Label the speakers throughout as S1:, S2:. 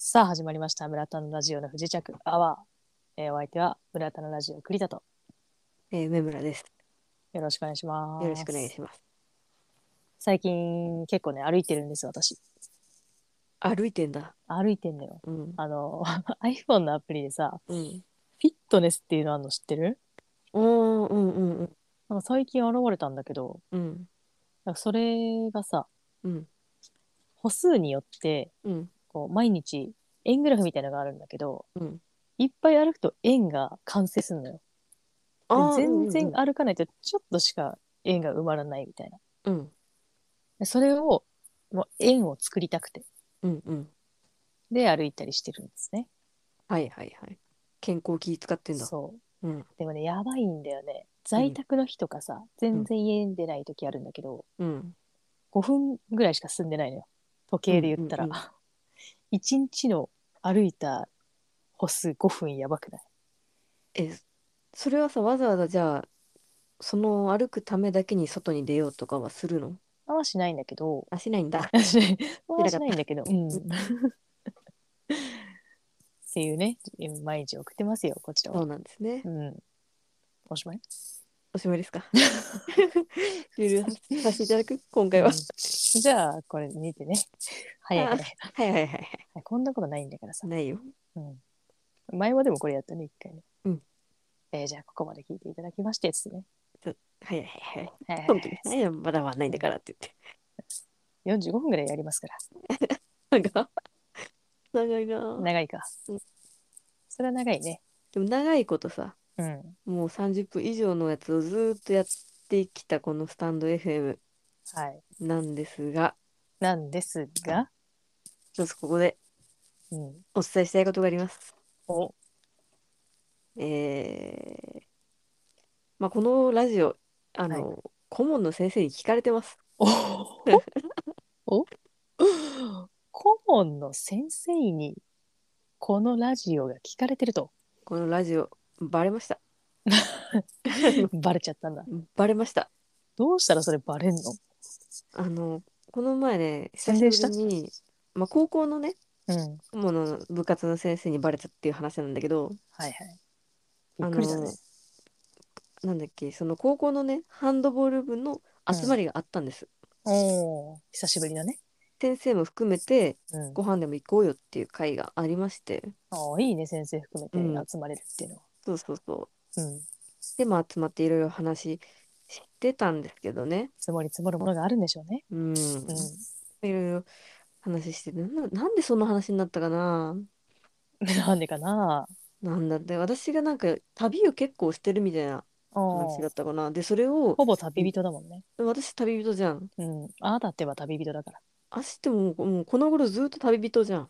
S1: さあ始まりました。村田のラジオの不時着アワー。お相手は村田のラジオ栗田と
S2: 梅村です。
S1: よろしくお願いし
S2: よろしくお願い
S1: ます。
S2: します。
S1: 最近結構ね、歩いてるんです、私。
S2: 歩いてんだ。
S1: 歩いてんのよ。
S2: うん。
S1: iPhone のアプリでさ、
S2: うん。
S1: フィットネスっていうのあるの知ってる？
S2: おー、うんうんうん。
S1: なんか最近現れたんだけど、
S2: うん。
S1: なんかそれがさ、
S2: うん。
S1: 歩数によって、
S2: うん。
S1: こう毎日円グラフみたいなのがあるんだけど、
S2: うん。
S1: いっぱい歩くと円が完成するのよ。で、
S2: あー、うん
S1: 全
S2: うんうん。
S1: 然歩かないとちょっとしか円が埋まらないみたいな。
S2: うん。
S1: でそれを、もう円を作りたくて、
S2: うんうん。
S1: で歩いたりしてるんですね。
S2: はいはいはい。健康気使ってんだ。
S1: そう。
S2: うん。
S1: でもね、やばいんだよね。
S2: うん。
S1: 在宅の日とかさ、全
S2: うん。
S1: 然家に出ない時あるんだけど、
S2: うん。
S1: 5分ぐらいしか進んでないのよ。時計で
S2: うん
S1: 言ったら。
S2: うんうん。
S1: 1日の歩いた歩数5分やばくない？
S2: え、それはさ、わざわざじゃあ、その歩くためだけに外に出ようとかはするの？
S1: あんましないんだけど、
S2: あ、しないんだ。
S1: あんま
S2: しなかった。
S1: しないんだけど、うん。
S2: うん。
S1: っていうね、毎日送ってますよ、こちらは。
S2: そうなんですね。
S1: うん。おしまい。
S2: おしまいですか？終了させていただく今回は。
S1: うん。じゃあ、これ見てね。早い
S2: あ、
S1: 早い。
S2: はいはいはいはい。
S1: こんなことないんだからさ。
S2: ないよ。
S1: うん。前はでもこれやったね、一回ね。
S2: うん。
S1: じゃあ、ここまで聞いていただきまして、つってね。
S2: はいはいはい。
S1: はいはいはい。
S2: 本当に。はい、まだ終わんないんだからって言って。
S1: 45分ぐらいやりますから。
S2: なんか、長いなぁ。
S1: 長いか。
S2: うん。
S1: それは長いね。
S2: でも長いことさ、
S1: うん。
S2: もう30分以上のやつをずーっとやってきたこのスタンド FM
S1: はい。
S2: なんですが、
S1: なんですが、
S2: 一つここで
S1: うん。
S2: お伝えしたいことがあります。
S1: お、
S2: えこのラジオ、
S1: はい。
S2: 顧問の先生に聞かれてます。
S1: お、お、顧問の先生にこのラジオが聞かれてると。
S2: このラジオ、バレました。あの
S1: バレちゃったんだ。
S2: バレました。
S1: どうしたらそれバレんの？
S2: あの、この前ね、久しぶ
S1: 宣伝した？
S2: りに、高校のね、
S1: うん。
S2: 顧問の部活の先生にバレたっていう話なんだけど、
S1: はいはい。びっ
S2: あの、
S1: くりだね。
S2: なんだっけ、その高校のね、ハンドボール部の
S1: うん。
S2: 集まりがあったんです。
S1: おー、久しぶりだね。
S2: 先生も含めて、
S1: うん。
S2: ご飯でも行こうよっていう会がありまして、
S1: ああ、いいね、先生含めて
S2: うん、
S1: 集まれるっていうのは。
S2: そうそうそう。
S1: うん。
S2: で、集まっていろいろ話してたんですけどね、
S1: 積もり積もるものがあるんでしょうね。
S2: う
S1: うん。
S2: ん、いろいろ話してて、なんでその話になったかな。
S1: なんでかな。
S2: なんだって、私がなんか旅を結構してるみたいな
S1: あ
S2: 話だっ
S1: あ、
S2: たかな。で、それを、
S1: ほぼ旅人だもんね。
S2: 私旅人じゃん。
S1: うん。あなたってば旅人だから。
S2: 足ってもうこの頃ずっと旅人じゃん。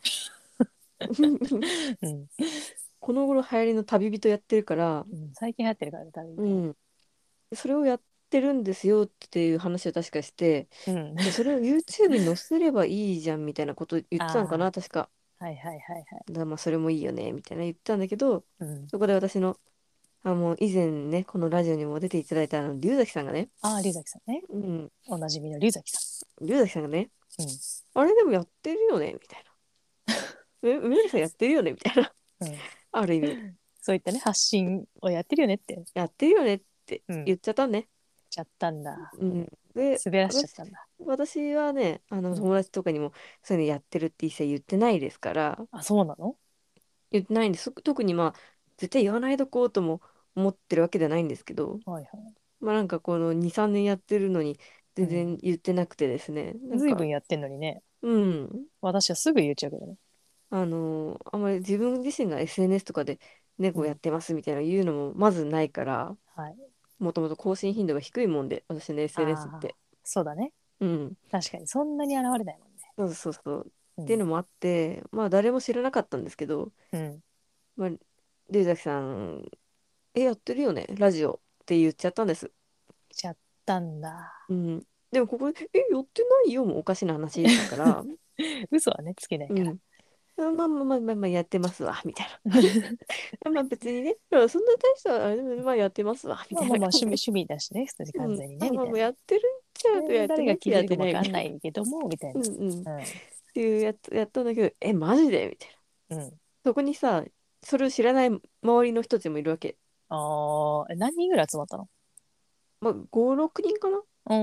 S1: うん。
S2: この頃流行りの旅人やってるから、
S1: うん、最近流行ってるからね、旅人は。
S2: うん。それをやってるんですよっていう話を確かして、
S1: うん。
S2: で、それを YouTube に載せればいいじゃんみたいなこと言ってたのか
S1: あ
S2: な、確か。
S1: あ、はいはいはいはい。
S2: だからそれもいいよね、みたいな言ってたんだけど、
S1: うん。
S2: そこで私の、もう以前ね、このラジオにも出ていただいた龍崎さんがね、
S1: ああ、龍崎さんね。
S2: うん、
S1: おなじみの龍崎さ
S2: 龍崎さんがね、
S1: ん。
S2: あれでもやってるよね、みたいな。梅崎さんやってるよね、みたいな。
S1: うん。うん。
S2: ある意味、
S1: そういったね、発信をやってるよねって。
S2: やってるよねって
S1: うん。
S2: 言っちゃったね。
S1: ちゃったんだ。
S2: うん。で、
S1: 滑らしちゃったんだ。
S2: 私はね、
S1: うん。
S2: 友達とかにもそういうのやってるって一切言ってないですから、
S1: あ、そうなの？
S2: 言ってないんです。特に絶対言わないとこうとも思ってるわけじゃないんですけど、
S1: はいはい。
S2: なんかこの2、3年やってるのに全
S1: うん。
S2: 然言ってなくてですね、なんか、
S1: ずいぶんやってんのにね。
S2: うん、
S1: 私はすぐ言っちゃうけどね。
S2: あんまり自分自身が SNS とかで猫やっ
S1: うん。
S2: てますみたいな言うのもまずないから、
S1: はい。
S2: もともと更新頻度が低いもんで、私の SNS っ
S1: ああ、
S2: て。
S1: そうだね。
S2: うん。
S1: 確かに、そんなに現れないもんね。
S2: そうそうそう。
S1: うん。
S2: っていうのもあって、誰も知らなかったんですけど、
S1: うん。
S2: まあ、龍崎さん、やってるよね、ラジオって言っちゃったんです。
S1: ちゃったんだ。
S2: うん。でもここで、やってないよもおかしな話だから、
S1: 嘘はね、つけないから。
S2: うん。やってますわ、みたいな。別にね、そんな大したあれでも、やってますわ、みたい
S1: まあまあまあ、趣味、
S2: な感じで。
S1: 趣味だしね、普通に完
S2: うん。
S1: 全にね、みたいな。
S2: やってるっちゃうとやって
S1: 誰が
S2: ないやっ
S1: 気づいてるかもわ
S2: てないみたいな。
S1: かんないけども、みたいな。
S2: うんうん。っ
S1: うん。
S2: ていうやったんだけど、マジでみたいな。
S1: うん。
S2: そこにさ、それを知らない周りの人たちもいるわけ。
S1: ああ、何人ぐらい集まったの？
S2: まあ、5、6人かな。
S1: うん。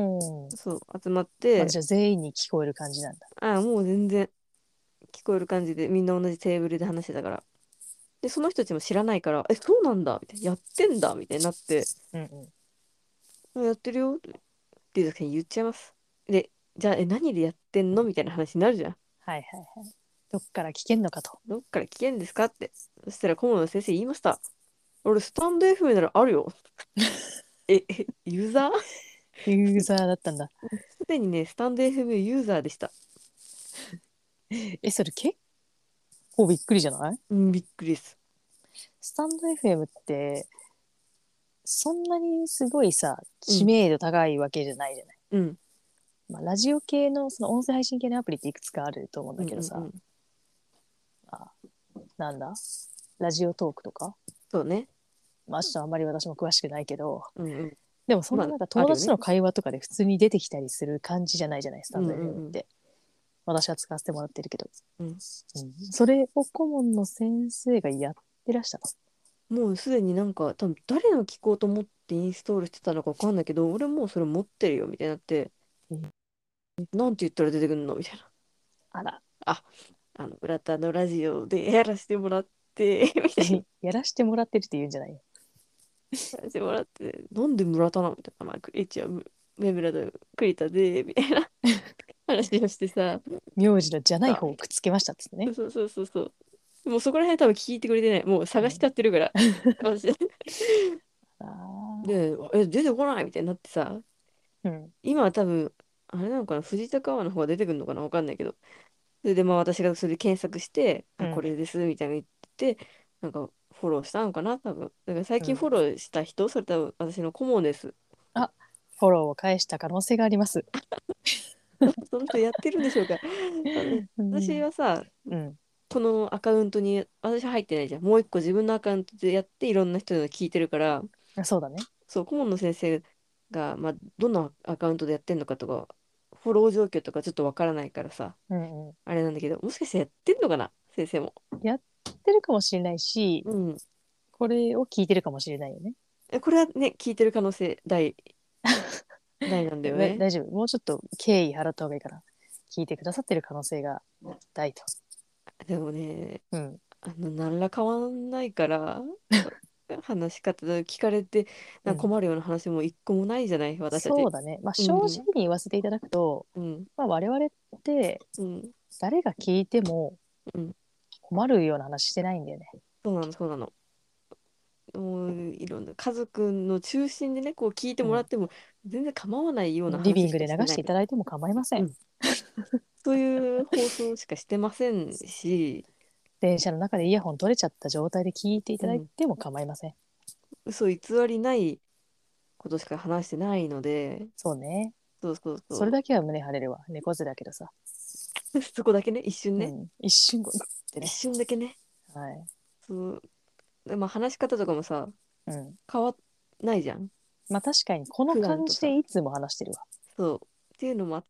S2: そう、集まっ
S1: まあ、
S2: て、
S1: じゃあ全員に聞こえる感じなんだ。
S2: ああ、もう全然聞こえる感じで、みんな同じテーブルで話してたから。で、その人たちも知らないから、え、そうなんだみたいな、やってんだみたいになって、
S1: うんうん。
S2: あやってるよっていう時に言っちゃいます。で、じゃあ、何でやってんのみたいな話になるじゃん。
S1: はいはいはい。どっから聞けんのかと。
S2: どっから聞けんですかって。そしたら顧問の先生言いました。俺、スタンド FM ならあるよ。ユーザー
S1: ユーザーだったんだ。
S2: すでにね、スタンド FM ユーザーでした。
S1: それ結構びっくりじゃない？
S2: うん、びっくりです。
S1: スタンド FM って、そんなにすごいさ、知
S2: うん、
S1: 名度高いわけじゃないじゃない。
S2: うん、
S1: まあ、ラジオ系の、その音声配信系のアプリっていくつかあると思うん
S2: うん、うん、う
S1: だけどさ、
S2: ん。
S1: あ、なんだラジオトークとか、
S2: そうね。
S1: まあ、ちょっとあんまり私も詳しくないけど、
S2: うん、うん。
S1: でもそん
S2: まあ、
S1: ななんか
S2: あるよね。
S1: 友達との会話とかで普通に出てきたりする感じじゃないじゃない、スタンド
S2: うん、う
S1: FM っ
S2: ん、
S1: て。私は使わせてもらってるけど。
S2: うん。
S1: うん、それを顧問の先生がやってらした
S2: もうすでになんか、多分誰の聞こうと思ってインストールしてたのかわかんないけど、俺もうそれ持ってるよ、みたいになって、
S1: の？
S2: なんて言ったら出てくるのみたいな。
S1: あら。
S2: あ、浦田のラジオでやらせてもらって、みたいな。
S1: やらしてもらってるって言うんじゃないよ。
S2: やらせてもらって、なんで村田なのみたいな。まあ、一応、メムラの栗田で、みたいな話をしてさ、
S1: 名字のじゃない
S2: さ、
S1: 方をくっつけましたっつってね。
S2: そうそうそうそう。もうそこら辺多分聞いてくれてない。もう
S1: うん、
S2: 探しちゃってるから。私
S1: あ
S2: で、出てこないみたいになってさ、
S1: ー、うん。
S2: 今は多分、あれなのかな、藤高川の方が出てくるのかなわかんないけど。それでまあ私がそれで検索して、あ、こ
S1: うん。
S2: れですみたいなの言ってて、なんかフォローしたのかな多分。だから最
S1: うん。
S2: 近フォローした人、それ多分私の顧問です。
S1: あ、フォローを返した可能性があります。
S2: その人やってるんでしょうか。
S1: うん。
S2: 私はさ、
S1: うん。
S2: このアカウントに私入ってないじゃん。もう一個自分のアカウントでやっていろんな人の聞いてるから、
S1: そうだね。
S2: そう、顧問の先生が、まあ、どのアカウントでやってんのかとか、フォロー状況とかちょっとわからないからさ、
S1: うんう
S2: あれなんだけど、もしかしてやってんのかな先生も。
S1: ん。やってるかもしれないし、
S2: うん。
S1: これを聞いてるかもしれないよね。
S2: これはね、聞いてる可能性大なんだよね。
S1: 大丈夫。もうちょっと敬意払った方がいいから。聞いてくださってる可能性が大と。
S2: でもね、
S1: うん。
S2: 何ら変わんないから、話し方聞かれて、
S1: うん。
S2: 困るような話も一個もないじゃない、私たち。
S1: そうだね。まあ正直
S2: うん、
S1: に言わせていただくと、
S2: うん、
S1: まあ我々って
S2: うん、
S1: 誰が聞いても
S2: うん。
S1: 困るような話してないんだよね。
S2: そうなの、そうなの。もういろんな家族の中心でね、こう聞いて
S1: うん。
S2: もらっても全然構わないような
S1: リビ
S2: 話し
S1: ングで流してい
S2: かしてない。
S1: ただいても構いません。
S2: うん。そういう放送しかしてませんし、
S1: 電車の中でイヤホン取れちゃった状態で聞いていただい
S2: うん。
S1: ても構いません。
S2: 嘘偽りないことしか話してないので、
S1: そうね。
S2: そうそうそ
S1: それだけは胸張れるわ。猫背だけどさ。
S2: う。そこだけね、一瞬ね。
S1: うん。一瞬後って
S2: 一
S1: ね。
S2: 瞬だけね。
S1: はい。
S2: そう。でまあ話し方とかもさ、
S1: うん。
S2: 変わんないじゃん。
S1: まあ確かにこの
S2: 普段とさ。
S1: 感じでいつも話してるわ。
S2: そう。っていうのもあって、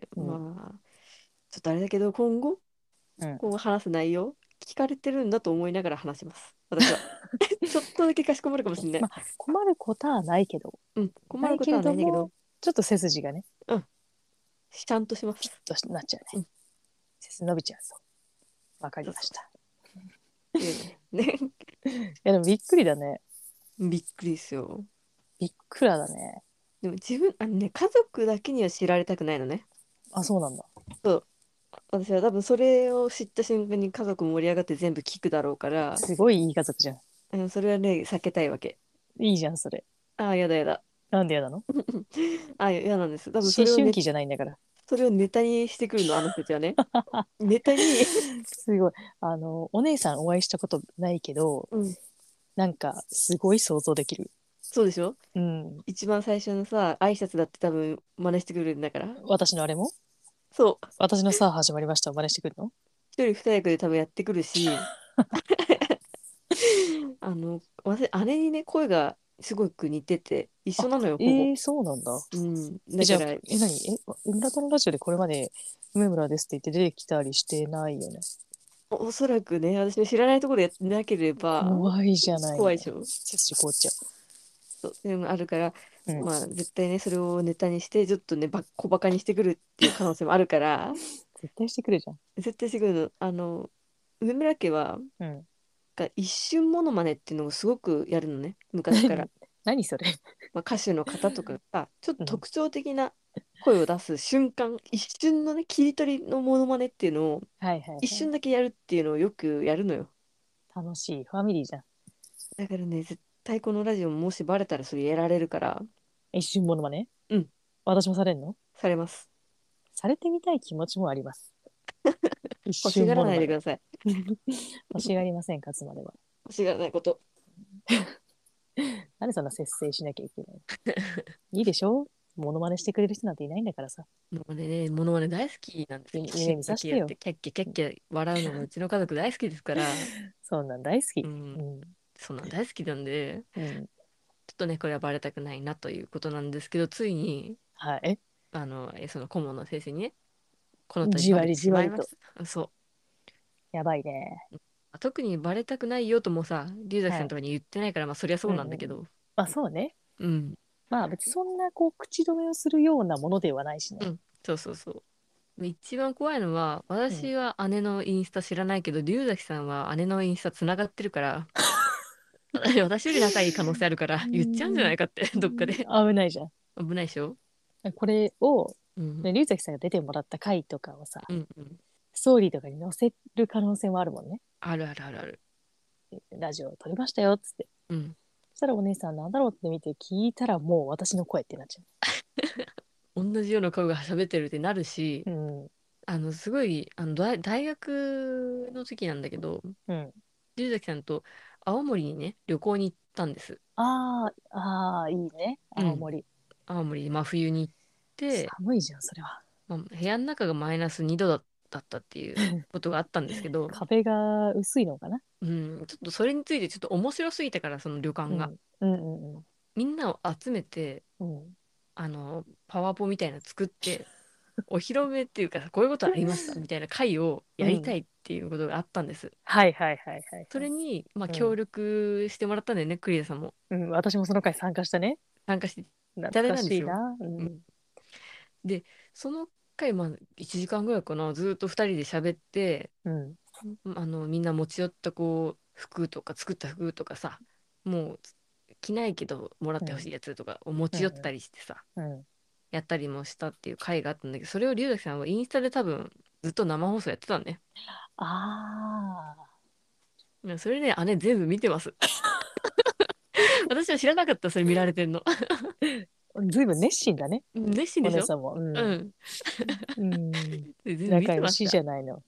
S1: うん。
S2: まあ、ちょっとあれだけど、今後、
S1: うん。
S2: こう話す内容、聞かれてるんだと思いながら話します。私は。ちょっとだけかしこまるかもしれない。
S1: まあ困ることはないけど、
S2: うん。困
S1: ないけ
S2: ることはな
S1: れども、
S2: いんだけど、
S1: ちょっと背筋がね、
S2: うん。ちゃんとします。
S1: ピッとなっちゃうね。
S2: うん。
S1: 背筋伸びちゃうと。わか
S2: そうそう。
S1: りました。
S2: っていうね。ね。
S1: いやでもびっくりだね。
S2: びっくりですよ。
S1: びっくらだね。
S2: でも自分、家族だけには知られたくないのね。
S1: あ、そうなんだ。
S2: そう。私は多分それを知った瞬間に家族盛り上がって全部聞くだろうから、
S1: すごいいい家族じゃん。
S2: それはね、避けたいわけ。
S1: いいじゃん、それ。
S2: ああ、やだやだ。
S1: なんでやだの？
S2: ああ、やなんです。多分それをね、
S1: 思春期じゃないんだから。
S2: それをネタにしてくるの、あの人たちはね。ネタに
S1: すごい。お姉さんお会いしたことないけど、
S2: うん、
S1: なんか、すごい想像できる。
S2: そうでしょ。
S1: うん。
S2: 一番最初のさ、挨拶だって多分真似してくるんだから。
S1: 私のあれも
S2: そう。
S1: 私のさあ始まりましたを真似してくるの？
S2: 一人二役で多分やってくるし、姉にね、声がすごく似てて、一緒
S1: あ、
S2: なのよ、ほぼ。
S1: そうなんだ。
S2: うん。
S1: じゃあ、
S2: だから、
S1: 何村田のラジオでこれまで梅村ですって言って出てきたりしてないよね。
S2: おそらくね、私の知らないところでやってなければ、
S1: 怖いじゃないの。
S2: 怖いでしょ。
S1: 背筋凍っちゃ
S2: そうでもあるから、
S1: う。うん。
S2: まあ絶対ね、それをネタにして、ちょっとね、小バカにしてくるっていう可能性もあるから、
S1: 絶対してくるじゃん。
S2: 絶対してくるの。梅村家は、
S1: うん。
S2: 一瞬モノマネっていうのをすごくやるのね、昔から。
S1: 何それ。
S2: まあ、歌手の方とかが、ちょっと
S1: うん。
S2: 特徴的な声を出す瞬間、一瞬のね、切り取りのモノマネっていうのを、
S1: はいはい
S2: 一
S1: はい。
S2: 瞬だけやるっていうのをよくやるのよ。
S1: 楽しい。ファミリーじゃん。
S2: だからね、絶対このラジオもしバレたらそれやられるから、
S1: 一瞬ものまね。
S2: うん、
S1: 私もされんの？
S2: されます。
S1: されてみたい気持ちもあります。一
S2: 欲しがら
S1: 瞬ものまね。
S2: ないでください。
S1: 欲しがりません、勝つまでは。
S2: 欲しがらないこと。
S1: なんでそんな節制しなきゃいけない？いいでしょ？モノマネしてくれる人なんていないんだからさ。
S2: もうね、モノマネ大好きなんです。一
S1: 夢
S2: 瞬
S1: 見させてよ。
S2: だけやって、キャッキャキャッキャ笑うのがうちの家族大好きですから、
S1: そんなん大好き。
S2: うん、
S1: うん。
S2: そんなん大好きなんで、
S1: うん。
S2: ちょっとね、これはバレたくないなということなんですけど、ついに、
S1: はい。
S2: その顧問の先生にね、この度
S1: じわり
S2: バレてし
S1: じわりと。
S2: まいました。そ
S1: やばいね。
S2: う。特にバレたくないよともさ、龍崎
S1: はい。
S2: さんとかに言ってないから、まあそりゃそうなん
S1: うんうん。
S2: だけど、
S1: まあそうね。
S2: うん、
S1: まあ別にそんなこう口止めをするようなものではないしね。
S2: うん、そうそうそう。一番怖いのは、
S1: うん。
S2: 私は姉のインスタ知らないけど、龍崎さんは姉のインスタつながってるから、私より仲いい可能性あるか
S1: う
S2: ら、言っちゃうんじゃ
S1: ん。
S2: ないかって、どっかで。
S1: 危ないじゃん。
S2: 危ないでしょ。
S1: これを、
S2: うん、
S1: ね、龍崎さんが出てもらった回とかをさ、
S2: うん、うん。
S1: ストーリーとかに載せる可能性もあるもんね。
S2: あるあるあるある。
S1: ラジオ撮りましたよっつって。
S2: うん。
S1: そしたらお姉さんなんだろうって見て聞いたらもう私の声ってなっちゃ
S2: 同じような声が喋ってるってなるし、
S1: う。うん。
S2: すごい、大学の時なんだけど、
S1: うん。
S2: 龍崎さんと青森にね、旅行に行ったんです。
S1: ああ、ああ、いいね。
S2: うん。
S1: 青森。
S2: 青森、真冬に行って、
S1: 寒いじゃん、それは。
S2: まあ、部屋の中がマイナス2度だったっていうことがあったんですけど、
S1: 壁が薄いのかな？
S2: うん、ちょっとそれについてちょっと面白すぎたから、その旅館が。
S1: うん。うんうんうん。
S2: みんなを集めて、
S1: うん。
S2: パワポみたいなの作って、お披露目っていうか、こういうことありましたみたいな会を
S1: うん。
S2: やりたいっていうことがあったんです。
S1: はいはいはいはいはい。
S2: それに、まあ、
S1: うん。
S2: 協力してもらったんだよね、クリアさんも。
S1: うん。私もその回参加したね。
S2: 参加していただい
S1: 懐か
S2: たんですよ。
S1: しいな。う
S2: うん。
S1: ん。
S2: で、その回、まあ、1時間ぐらいかな、ずーっと2人で喋って、
S1: うん。
S2: みんな持ち寄ったこう、服とか、作った服とかさ、もう着ないけどもらっ
S1: うん。
S2: てほしいやつとかを持
S1: うん。
S2: ち寄ったりしてさ、
S1: うん。
S2: やったりもしたっていう回があったんだけど、それを龍崎さんはインスタで多分ずっと生放送やってたんね。
S1: あ
S2: それね、姉全部見てます。私は知らなかった、それ見られてんの。
S1: あ。ずいぶん熱心だね。
S2: 熱心でしょ。
S1: お姉さんも。うん。
S2: うん。
S1: うん。
S2: で全部見
S1: 仲良しじ
S2: てました。
S1: ゃないの。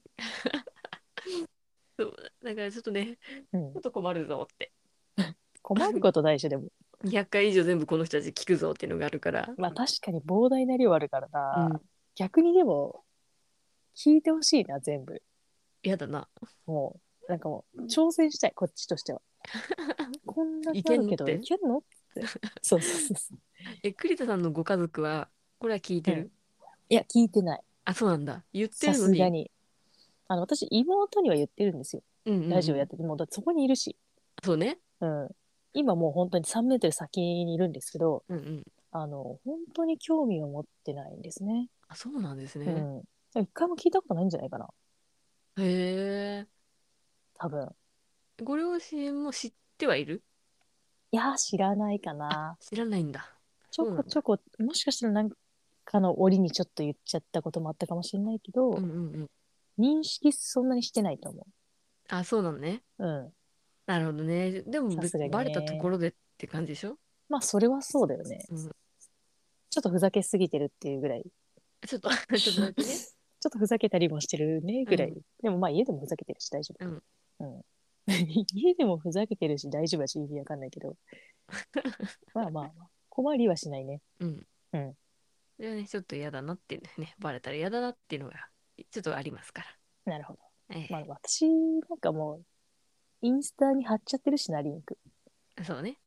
S2: そう。だからちょっとね、
S1: うん。
S2: ちょっと困るぞって。
S1: 困ることないでしょ、でも。
S2: 200回以上全部この人たち聞くぞっていうのがあるから。
S1: まあ確かに膨大な量あるからな。
S2: うん。
S1: 逆にでも、聞いてほしいな、全部。
S2: やだな。
S1: もなんかもう、挑戦したい、こっちとしては。こんだ
S2: い
S1: けあるけど、い
S2: けんのって。
S1: けんのって。そうそうそうそ
S2: 栗田さんのご家族は、これは聞い
S1: う。うん。
S2: てる？
S1: いや、聞いてない。
S2: あ、そうなんだ。言って
S1: さ
S2: るのに。
S1: すがに。私、妹には言ってるんですよ。
S2: うんうんうん。
S1: ラジオやってて、もうだってそこにいるし。
S2: そうね。
S1: うん。今もう本当に3メートル先にいるんですけど、
S2: うんうん。
S1: 本当に興味を持ってないんですね。
S2: あ、そうなんですね。
S1: うん。一回も聞いたことないんじゃないかな。
S2: へえ。
S1: 多分。
S2: ご両親も知ってはいる？
S1: いやー、知らないか
S2: あ、
S1: な。
S2: 知らないんだ。
S1: ちょ
S2: そうなんだ。
S1: こちょこ、もしかしたらなんかの折にちょっと言っちゃったこともあったかもしれないけど、
S2: うんうんうん。
S1: 認識そんなにしてないと思
S2: あ、そうなのね。
S1: う。うん。
S2: なるほどね。でも
S1: さすがに
S2: バレたとこ
S1: ね。
S2: ろでって感じでしょ？
S1: まあ、それはそうだよね。
S2: うん。
S1: ちょっとふざけすぎてるっていうぐらい。
S2: ちょっとちょっとだけね。
S1: ちょっとふざけたりもしてるね、ぐらい。
S2: うん。
S1: でもまあ、家でもふざけてるし大丈
S2: うん。
S1: 夫。うん。家でもふざけてるし大丈夫だし意味わかんないけど。まあまあまあ、困りはしないね。
S2: うん。
S1: うん。
S2: それはね、ちょっと嫌だなっていうね、バレたら嫌だなっていうのがちょっとありますか
S1: なるほど。
S2: ら。
S1: まあ、私、なんかもう、インスタに貼っちゃってるしな、リンク。
S2: そうね。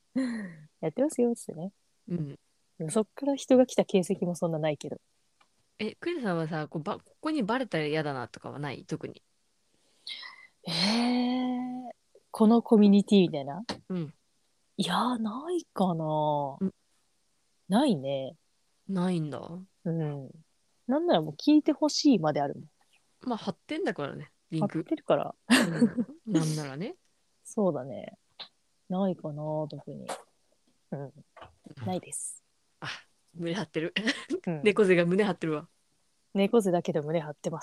S1: やってますよ、つってね。
S2: うん。
S1: そっから人が来た形跡もそんなないけど。
S2: クイズさんはさ、ここにバレたら嫌だなとかはない特に。
S1: このコミュニティみたいな。
S2: うん。
S1: いやー、ないかな。
S2: うん、
S1: ないね。
S2: ないんだ。
S1: うん。なんならもう聞いてほしいまであるもん。
S2: まあ、貼ってんだからね、リ
S1: 貼っ
S2: ンク。
S1: てるから。
S2: うん。なんならね。
S1: そうだね。ないかな、特に。うん。
S2: うん。
S1: ないです。
S2: あ、胸張ってる。
S1: うん。
S2: 猫背が胸張ってるわ。
S1: 猫背だけで胸張ってます。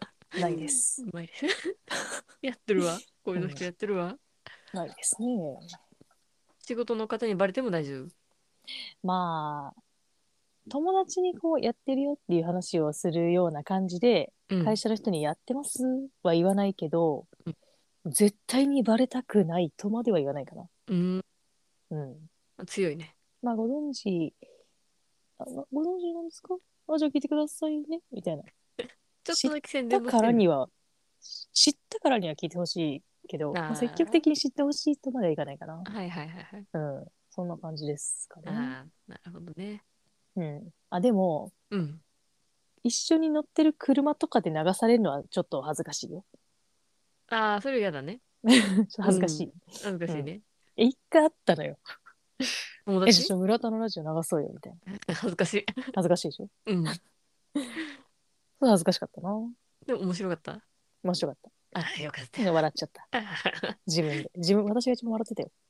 S1: ないで
S2: う
S1: す。
S2: まいです。やってるわ。こうい
S1: うん。
S2: うの人やってるわ。
S1: ないですね。
S2: 仕事の方にバレても大丈夫。
S1: まあ、友達にこうやってるよっていう話をするような感じで、
S2: うん。
S1: 会社の人にやってますは言わないけど、
S2: うん。
S1: 絶対にバレたくないとまでは言わないかな。
S2: うん。
S1: うん。
S2: 強いね。
S1: まあ、ご存知なんですか？あ、じゃあ聞いてくださいね。みたいな。
S2: ちょっ
S1: 知っ
S2: とだけ宣
S1: た
S2: 伝もしてんだ。
S1: 知ったからには聞いてほしいけど、まあ、積極
S2: あ
S1: 的に知ってほしいとまではいかないかな。
S2: あ、はいはいはいはい。
S1: うん。そんな感じですかね。
S2: ああ、なるほどね。
S1: うん。あ、でも、
S2: うん。
S1: 一緒に乗ってる車とかで流されるのはちょっと恥ずかしいよ。
S2: ああ、それ嫌だね。
S1: ちょっと
S2: うん。
S1: 恥ずかしい。
S2: 恥ずか
S1: うん。
S2: しいね。
S1: 一回あったのよ。
S2: 友達。
S1: 村田のラジオ流そうよ、みたいな。
S2: 恥ずかしい。
S1: 恥ずかしいでしょ？
S2: うん。
S1: そう恥ずかしかったな。
S2: でも面白かった。
S1: 面白かった。
S2: ああ、よかったよ。
S1: 笑っちゃった。自分で。私が一番笑ってたよ。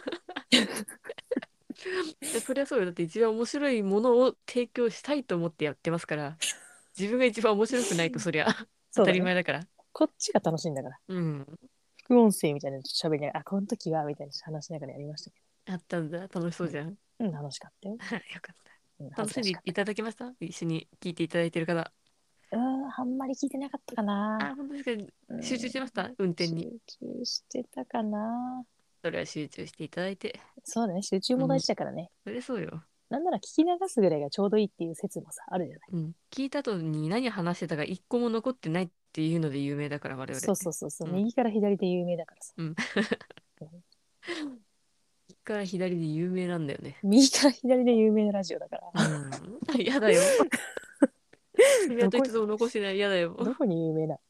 S2: でそりゃそうよ。だって一番面白いものを提供したいと思ってやってますから、自分が一番面白くないとそりゃ当た
S1: そうだね。
S2: り前だから。
S1: こっちが楽しいんだから。
S2: うん。
S1: 副音声みたいなの喋りながら、あ、この時は、みたいな話しながらやりましたけ
S2: あったんだ。楽しそうじゃん。
S1: ど。うん、楽しかったよ。
S2: よかっ
S1: うん、
S2: た。
S1: 恥ず
S2: 楽しんでい
S1: かしかったけ
S2: ただけました一緒に聞いていただいてる方。
S1: あんまり聞いてなかったかな。
S2: あ、本当ですか。
S1: うん、
S2: 集中してました運転
S1: 集
S2: に。
S1: 中してたかな。
S2: それは集中していただいて。
S1: そうだね、集中も大
S2: うん。
S1: 事だからね。
S2: それそうよ。
S1: なんなら聞き流すぐらいがちょうどいいっていう説もさ、あるじゃない。
S2: うん。聞いた後に何話してたか一個も残ってないっていうので有名だから我々。
S1: そうそうそうそう、
S2: うん。
S1: 右から左で有名だからさ。
S2: うん。
S1: うん、
S2: 右から左で有名なんだよね。
S1: 右から左で有名なラジオだから。
S2: うん。やだよ。爪
S1: どこ、
S2: 痕一つも残してない。やだよ。
S1: どこに有名な？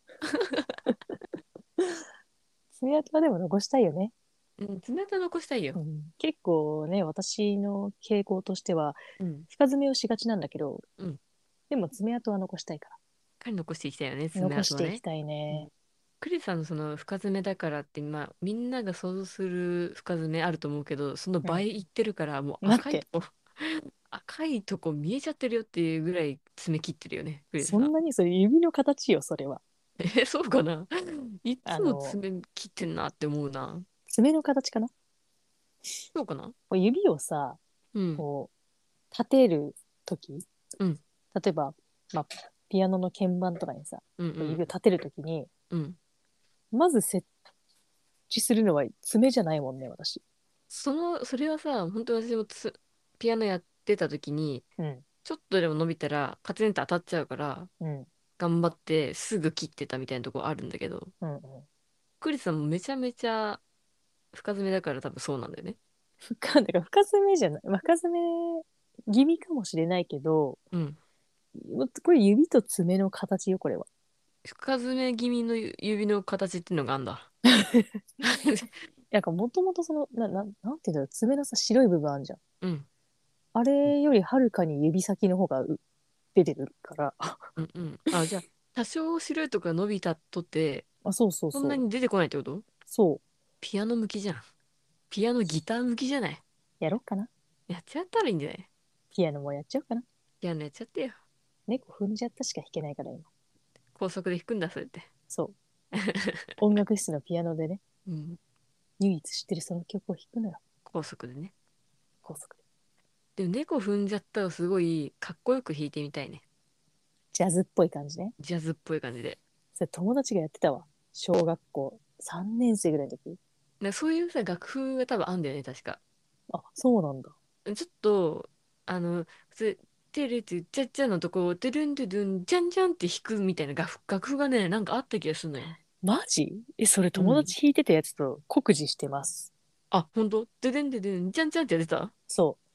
S1: 爪痕はでも残したいよね。
S2: うん。爪痕残したいよ。
S1: うん、結構ね、私の傾向としては、
S2: うん。
S1: 深爪をしがちなんだけど、
S2: うん。
S1: でも爪痕は残したいか
S2: 彼残していきたいよね。
S1: ら。残し
S2: 爪痕はね。
S1: ていきたいね。
S2: うん。クリスさんのその深爪だからって、まあ、みんなが想像する深爪あると思うけど、その
S1: うん。
S2: 倍いってるから、もう
S1: 待って、
S2: 赤いとこ見えちゃってるよっていうぐらい爪切ってるよね、クリスさん。
S1: そんなにそれ指の形よ、それは。
S2: そうかな。いつも
S1: あの、
S2: 爪切ってんなって思うな。
S1: 爪の形かな？
S2: そうかな。
S1: こう指をさ、
S2: うん。
S1: こう、立てるとき、
S2: うん。
S1: 例えば、まあ、ピアノの鍵盤とかにさ、
S2: うん。うん。
S1: こう指を立てるときに、
S2: うん。
S1: まず設置するのは爪じゃないもんね、私。
S2: それはさ、本当に私もピアノやってた時に、
S1: うん、
S2: ちょっとでも伸びたら、カツンと当たっちゃうから、
S1: うん、
S2: 頑張ってすぐ切ってたみたいなところあるんだけど、
S1: うん、うん。
S2: クリスさんもめちゃめちゃ深爪だから多分そうなんだよね。
S1: だから深爪じゃない、深爪気味かもしれないけど、
S2: うん。
S1: これ指と爪の形よ、これは。
S2: 深爪気味の指の形っていうのがあんだ。
S1: なんかもともとその、なんていうんだろう、爪のさ、白い部分あるじゃん。
S2: うん。
S1: あれよりはるかに指先の方が出てるから。
S2: うんうん。あ、じゃあ、多少白いとこが伸びたとて、
S1: あ、そうそう
S2: そんな
S1: そう。
S2: に出てこないってこと？
S1: そう。
S2: ピアノ向きじゃん。ピアノギター向きじゃない？
S1: やろうかな。
S2: やっちゃったらいいんじゃない？
S1: ピアノもやっちゃおうかな。
S2: ピアノやっちゃってよ。
S1: 猫踏んじゃったしか弾けないから今。
S2: 高速で弾くんだ、それって。
S1: そう。音楽室のピアノでね、
S2: うん。
S1: 唯一知ってるその曲を弾くのよ。
S2: 高速でね。
S1: 高速で。
S2: でも猫踏んじゃったらすごいかっこよく弾いてみたいね。
S1: ジャズっぽい感じね。
S2: ジャズっぽい感じで。
S1: それ友達がやってたわ。小学校3年生ぐらいの時。
S2: そういうさ、楽譜が多分あんだよね、確か。
S1: あ、そうなんだ。
S2: ちょっと、普通、テレツ、チャッチャのとこを、トゥルントゥドゥン、ジャンジャンって弾くみたいな楽譜がね、なんかあった気がするのよ。
S1: マジ？それ友
S2: うん。
S1: 達弾いてたやつと酷似してます。
S2: あ、ほんとトゥルントゥドゥン、ジャンジャンってやってた？
S1: そう。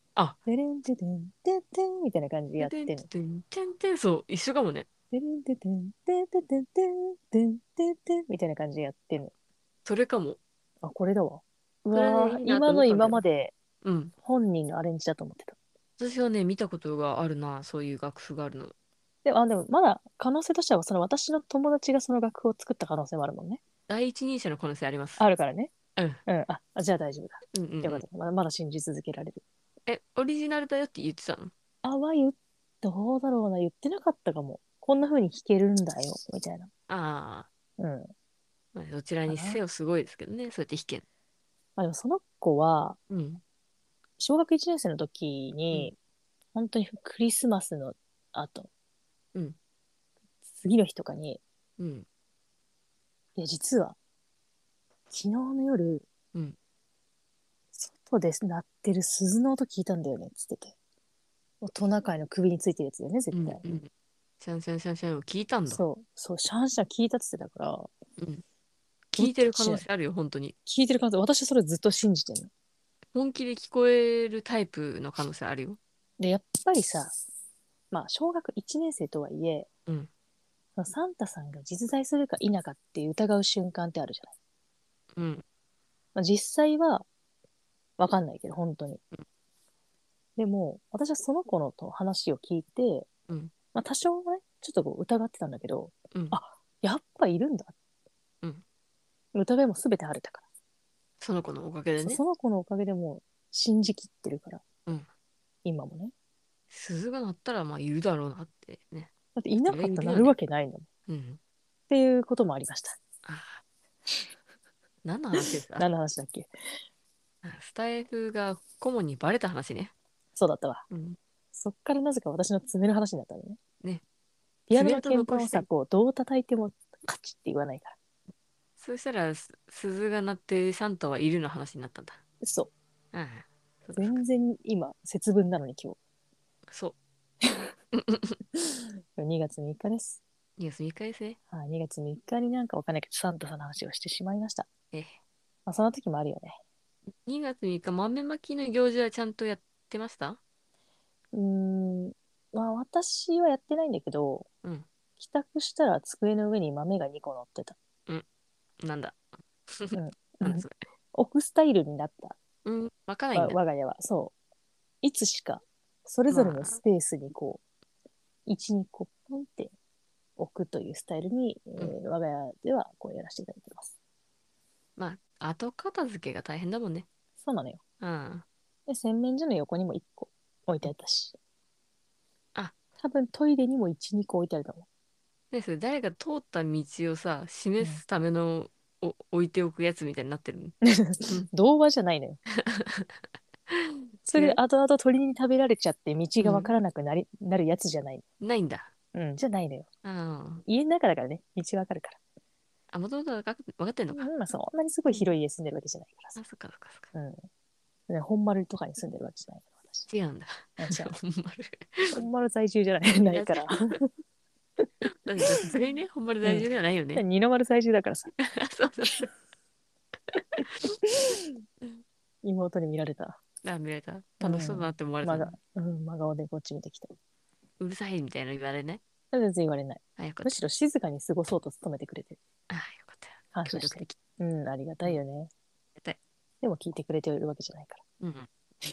S2: あ、
S1: てれんててんてんてんみたいな感じで
S2: ててん
S1: やってんの。
S2: てんてんてん、そう、一緒かもね。
S1: てれんててんてんてんてんてんてんてんてんみたいな感じでやってんの。
S2: それかも。
S1: あ、これだわ。う
S2: それで
S1: わー、
S2: いいなと
S1: 今の
S2: 思ったんだよ。
S1: 今まで
S2: うん。
S1: 本人のアレンジだと思ってた。
S2: 私はね、見たことがあるな、そういう楽譜があるの。
S1: でもまだ可能性としては、その私の友達がその楽譜を作った可能性もあるもんね。
S2: 第一人者の可能性あります。
S1: あるからね。
S2: うん。
S1: うん。じゃあ大丈夫だ。
S2: うんうんうん。
S1: よかった。まだ信じ続けられる。
S2: え、オリジナルだよって言ってたの？
S1: どうだろうな。言ってなかったかも。こんな風に弾けるんだよ。みたいな。
S2: ああ
S1: うん。
S2: ー、まあ、どちら
S1: かな。
S2: にせよすごいですけどね、そうやって弾けん。
S1: でもその子は、
S2: うん。
S1: 小学1年生の時
S2: うん。
S1: に、本当にクリスマスの後、
S2: うん。
S1: 次の日とかに、
S2: うん。
S1: いや、実は、昨日の夜、
S2: うん。
S1: 外で鳴ってる鈴の音聞いたんだよね、つってて。トナカイの首についてるやつだよね、絶対。
S2: うん。うん。シャンシャンシャンシャンを聞いたんだ。
S1: そう、シャンシャン聞いたって言ってたから、
S2: うん。
S1: どっ
S2: 聞いてる可
S1: ちだ
S2: 能性あるよ、本当に。
S1: 聞いてる感じ、私それずっと信じてんの。
S2: 本気で聞こえるタイプの可能性あるよ。
S1: で、やっぱりさ、まあ、小学1年生とはいえ、
S2: うん。
S1: そのサンタさんが実在するか否かって疑う瞬間ってあるじゃない。
S2: うん。
S1: まあ、実際はわかんないけど、本当に。でも、私はその子のと話を聞いて、
S2: うん。
S1: まあ、多少はね、ちょっとこう疑ってたんだけど、
S2: うん。
S1: あ、やっぱいるんだ。
S2: うん。
S1: 疑いも全て晴れたから。
S2: その子のおかげでね。
S1: その子のおかげでもう信じきってるから、
S2: うん。
S1: 今もね。
S2: 鈴が鳴ったら、まあ、いるだろうなってね。
S1: だっていな
S2: それ
S1: かったらなるわ
S2: はいるよね。
S1: けないの。っ
S2: うん。
S1: ていうこともありました。
S2: ああ、何の話ですか？
S1: 何の話だっけ？
S2: スタイフが顧問にバレた話ね。
S1: そうだったわ。
S2: うん。
S1: そっからなぜか私の爪の話になったのね。
S2: ね。
S1: ピアノの
S2: 爪痕
S1: 鍵盤をさ、
S2: 残したい。
S1: こう、どう叩いてもカチッって言わないから。
S2: そしたら、鈴が鳴ってサンタはいるの話になったんだ。
S1: そう。
S2: ああ、そうかそうか。
S1: 全然今、節分なのに今
S2: そう。
S1: 日。2月3日です。
S2: 2月3日ですね。
S1: はい、2月3日になんかわかんないけど、サンタさんの話をしてしまいました。
S2: え、
S1: まあ、その時もあるよね。
S2: 2月3日、豆まきの行事はちゃんとやってました？
S1: うーん。まあ、私はやってないんだけど、
S2: うん。
S1: 帰宅したら机の上に豆が2個乗ってた。
S2: うん。なんだ。
S1: うん。
S2: なんだそれ。
S1: 置くスタイルになった
S2: うん。まかないんだ。
S1: 我が家は。そう。いつしか、それぞれ
S2: まあ、
S1: のスペースにこう、1、2個ポンって置くというスタイルに、
S2: うん。
S1: 我が家ではこうやらせていただいてます。
S2: まあ、後片付けが大変だもんね。
S1: そうなのよ。
S2: うん。
S1: で、洗面所の横にも1個置いてあったし、
S2: あ、
S1: 多分トイレにも1、2個置いてあると思
S2: ね、それ誰が通った道をさ、
S1: う。うん。
S2: 示すための置いておくやつみたいになってる。うん。
S1: 童話じゃないのよ。それで
S2: 違う。
S1: 後々鳥に食べられちゃって道がわか
S2: うん。
S1: らなくなるやつじゃない。
S2: ないんだ。
S1: うん、じゃないのよ。
S2: ああ。
S1: 家の中だからね、道わかるから。
S2: あ、もともと分かってんのか。
S1: うん、まあそんなにすごい
S2: うん。
S1: 広い家住んでるわけじゃないからさ。
S2: あ、そっかそっかそっか。
S1: うん。ね、本丸とかに住んでるわけじゃないから、私。
S2: 違うんだ。
S1: うん、違う。
S2: ほんまる。
S1: 本丸在住じゃない、ない
S2: いや、
S1: から。
S2: さすがにね、ほんまる
S1: うん。
S2: 大丈夫ではないよね。
S1: 二の丸在住だからさ。
S2: そうそうそう。
S1: 妹に見られた。
S2: あ、見られた。
S1: うん。
S2: 楽しそうだなって思われたの？
S1: 真顔でこっち見てきた。
S2: うるさいみたいな言われね。
S1: 全然言われない。
S2: あ、よかっ
S1: むしろ静かに過ごそうと努めてくれてる。
S2: た。あ、よかった。
S1: 感謝してる。
S2: 協力的。
S1: うん、ありが
S2: うん。
S1: たいよね。
S2: やったい。
S1: でも聞いてくれてるわけじゃないか
S2: うんうん。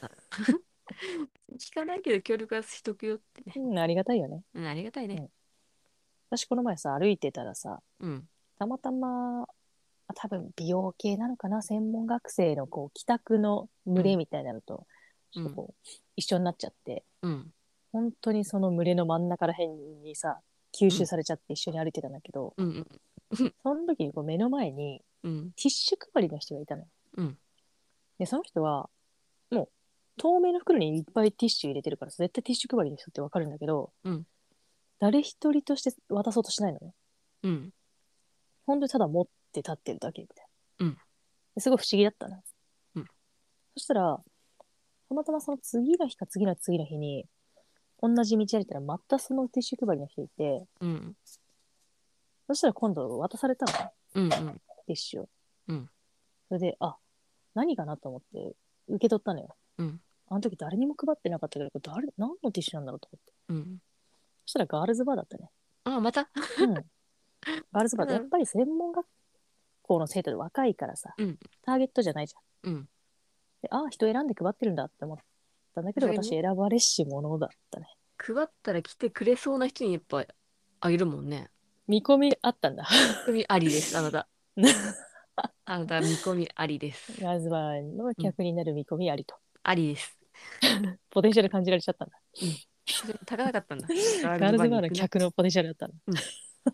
S2: 聞かないけど協力はしとくよって
S1: ら。
S2: ね。
S1: うん、ありがたいよね。
S2: うん、ありがたいね。
S1: うん。私この前さ、歩いてたらさ、
S2: うん。
S1: たまたま、多分美容系なのかな、専門学生のこう帰宅の
S2: うん。
S1: 群れみたいなのと、ちょ
S2: うん。
S1: っとこう、一緒になっちゃって、
S2: うん。
S1: 本当にその群れの真ん中ら辺にさ、吸
S2: うん。
S1: 収されちゃって一緒に歩いてたんだけど、
S2: うん。
S1: その時にこう目の前に
S2: うん。
S1: ティッシュ配りの人がいたのよ。
S2: うん。
S1: で、その人は、もう、透明の袋にいっぱいティッシュ入れてるから、絶対ティッシュ配りの人ってわかるんだけど、
S2: うん。
S1: 誰一人として渡そうとしないのね。
S2: うん。
S1: 本当にただ持って立ってるだけみたいな。
S2: うん。
S1: ですごい不思議だったな。
S2: うん。
S1: そしたら、たまたまその次の日か次の次の日に、同じ道歩いたらまたそのティッシュ配りの人いて、
S2: うん。
S1: そしたら今度渡されたのね、
S2: うん。
S1: ティッシュを。
S2: うん。
S1: それで、何かなと思って受け取ったのよ。
S2: うん。
S1: あの時誰にも配ってなかったけど、これ何のティッシュなんだろうと思って。
S2: うん。
S1: そしたらガールズバーだったね。
S2: あ、また。
S1: うん。ガールズバーで、やっ
S2: まだ。
S1: ぱり専門学校の生徒で若いからさ、
S2: うん。
S1: ターゲットじゃないじゃん。
S2: うん。
S1: で、ああ、人選んで配ってるんだって思ったんだけど、
S2: それね、
S1: 私選ばれし者だったね。
S2: 配ったら来てくれそうな人にやっぱあげるもんね。
S1: 見込みあったんだ。
S2: 見込みありです、あなた。あなた見込みありです。
S1: ガールズバーの
S2: うん。
S1: 客になる見込みありと。
S2: ありです。
S1: ポテンシャル感じられちゃったんだ。
S2: うん。それ高かったんだ。ガールズ
S1: ガールズバーの
S2: バーに行くな。
S1: 客のポテンシャルだったの。
S2: うん。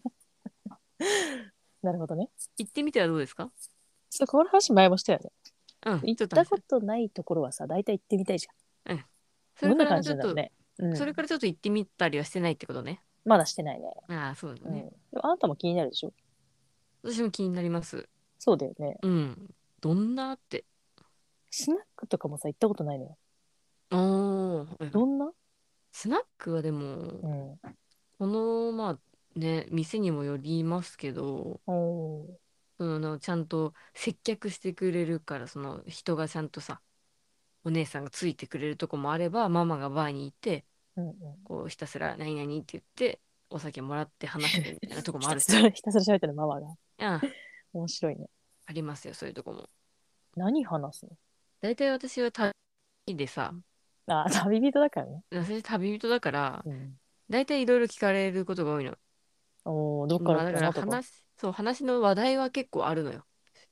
S1: なるほどね。
S2: 行ってみてはどうですか？
S1: そう、この話前もしたよね。
S2: うん。
S1: 行った
S2: ちょっと話した。
S1: ことないところはさ、大体行ってみたいじ
S2: うん。そ
S1: ゃん。どんな感
S2: れからちょっと、
S1: じなんだろうね。うん。
S2: それからちょっと行ってみたりはしてないってことね。
S1: まだしてないね。
S2: ああ、そうだ
S1: うん。
S2: ね。
S1: でもあなたも気になるでしょ？
S2: 私も気になります。
S1: そうだよね。
S2: うん。どんなって。
S1: スナックとかもさ、行ったことないのよ。
S2: おー、うん。
S1: どんな？
S2: スナックはでも、
S1: うん。
S2: この、まあね、店にもよりますけど、
S1: おー。
S2: ちゃんと接客してくれるから、その人がちゃんとさ、お姉さんがついてくれるとこもあれば、ママがバーにいて、
S1: うんうん。
S2: こうひたすら何々って言って、お酒もらって話してみたいなとこもあるし。
S1: ひたすら喋ってるママが。
S2: ああ、
S1: 面白いね。
S2: ありますよ、そういうとこも。
S1: 何話す
S2: 大体私は旅でさ、
S1: の？あ、旅人だからね。
S2: 私旅人だから、
S1: うん。
S2: 大体いろいろ聞かれることが多いの。
S1: おー、どっから
S2: まあだから
S1: 来たのとか。
S2: そう、話の話題は結構あるのよ。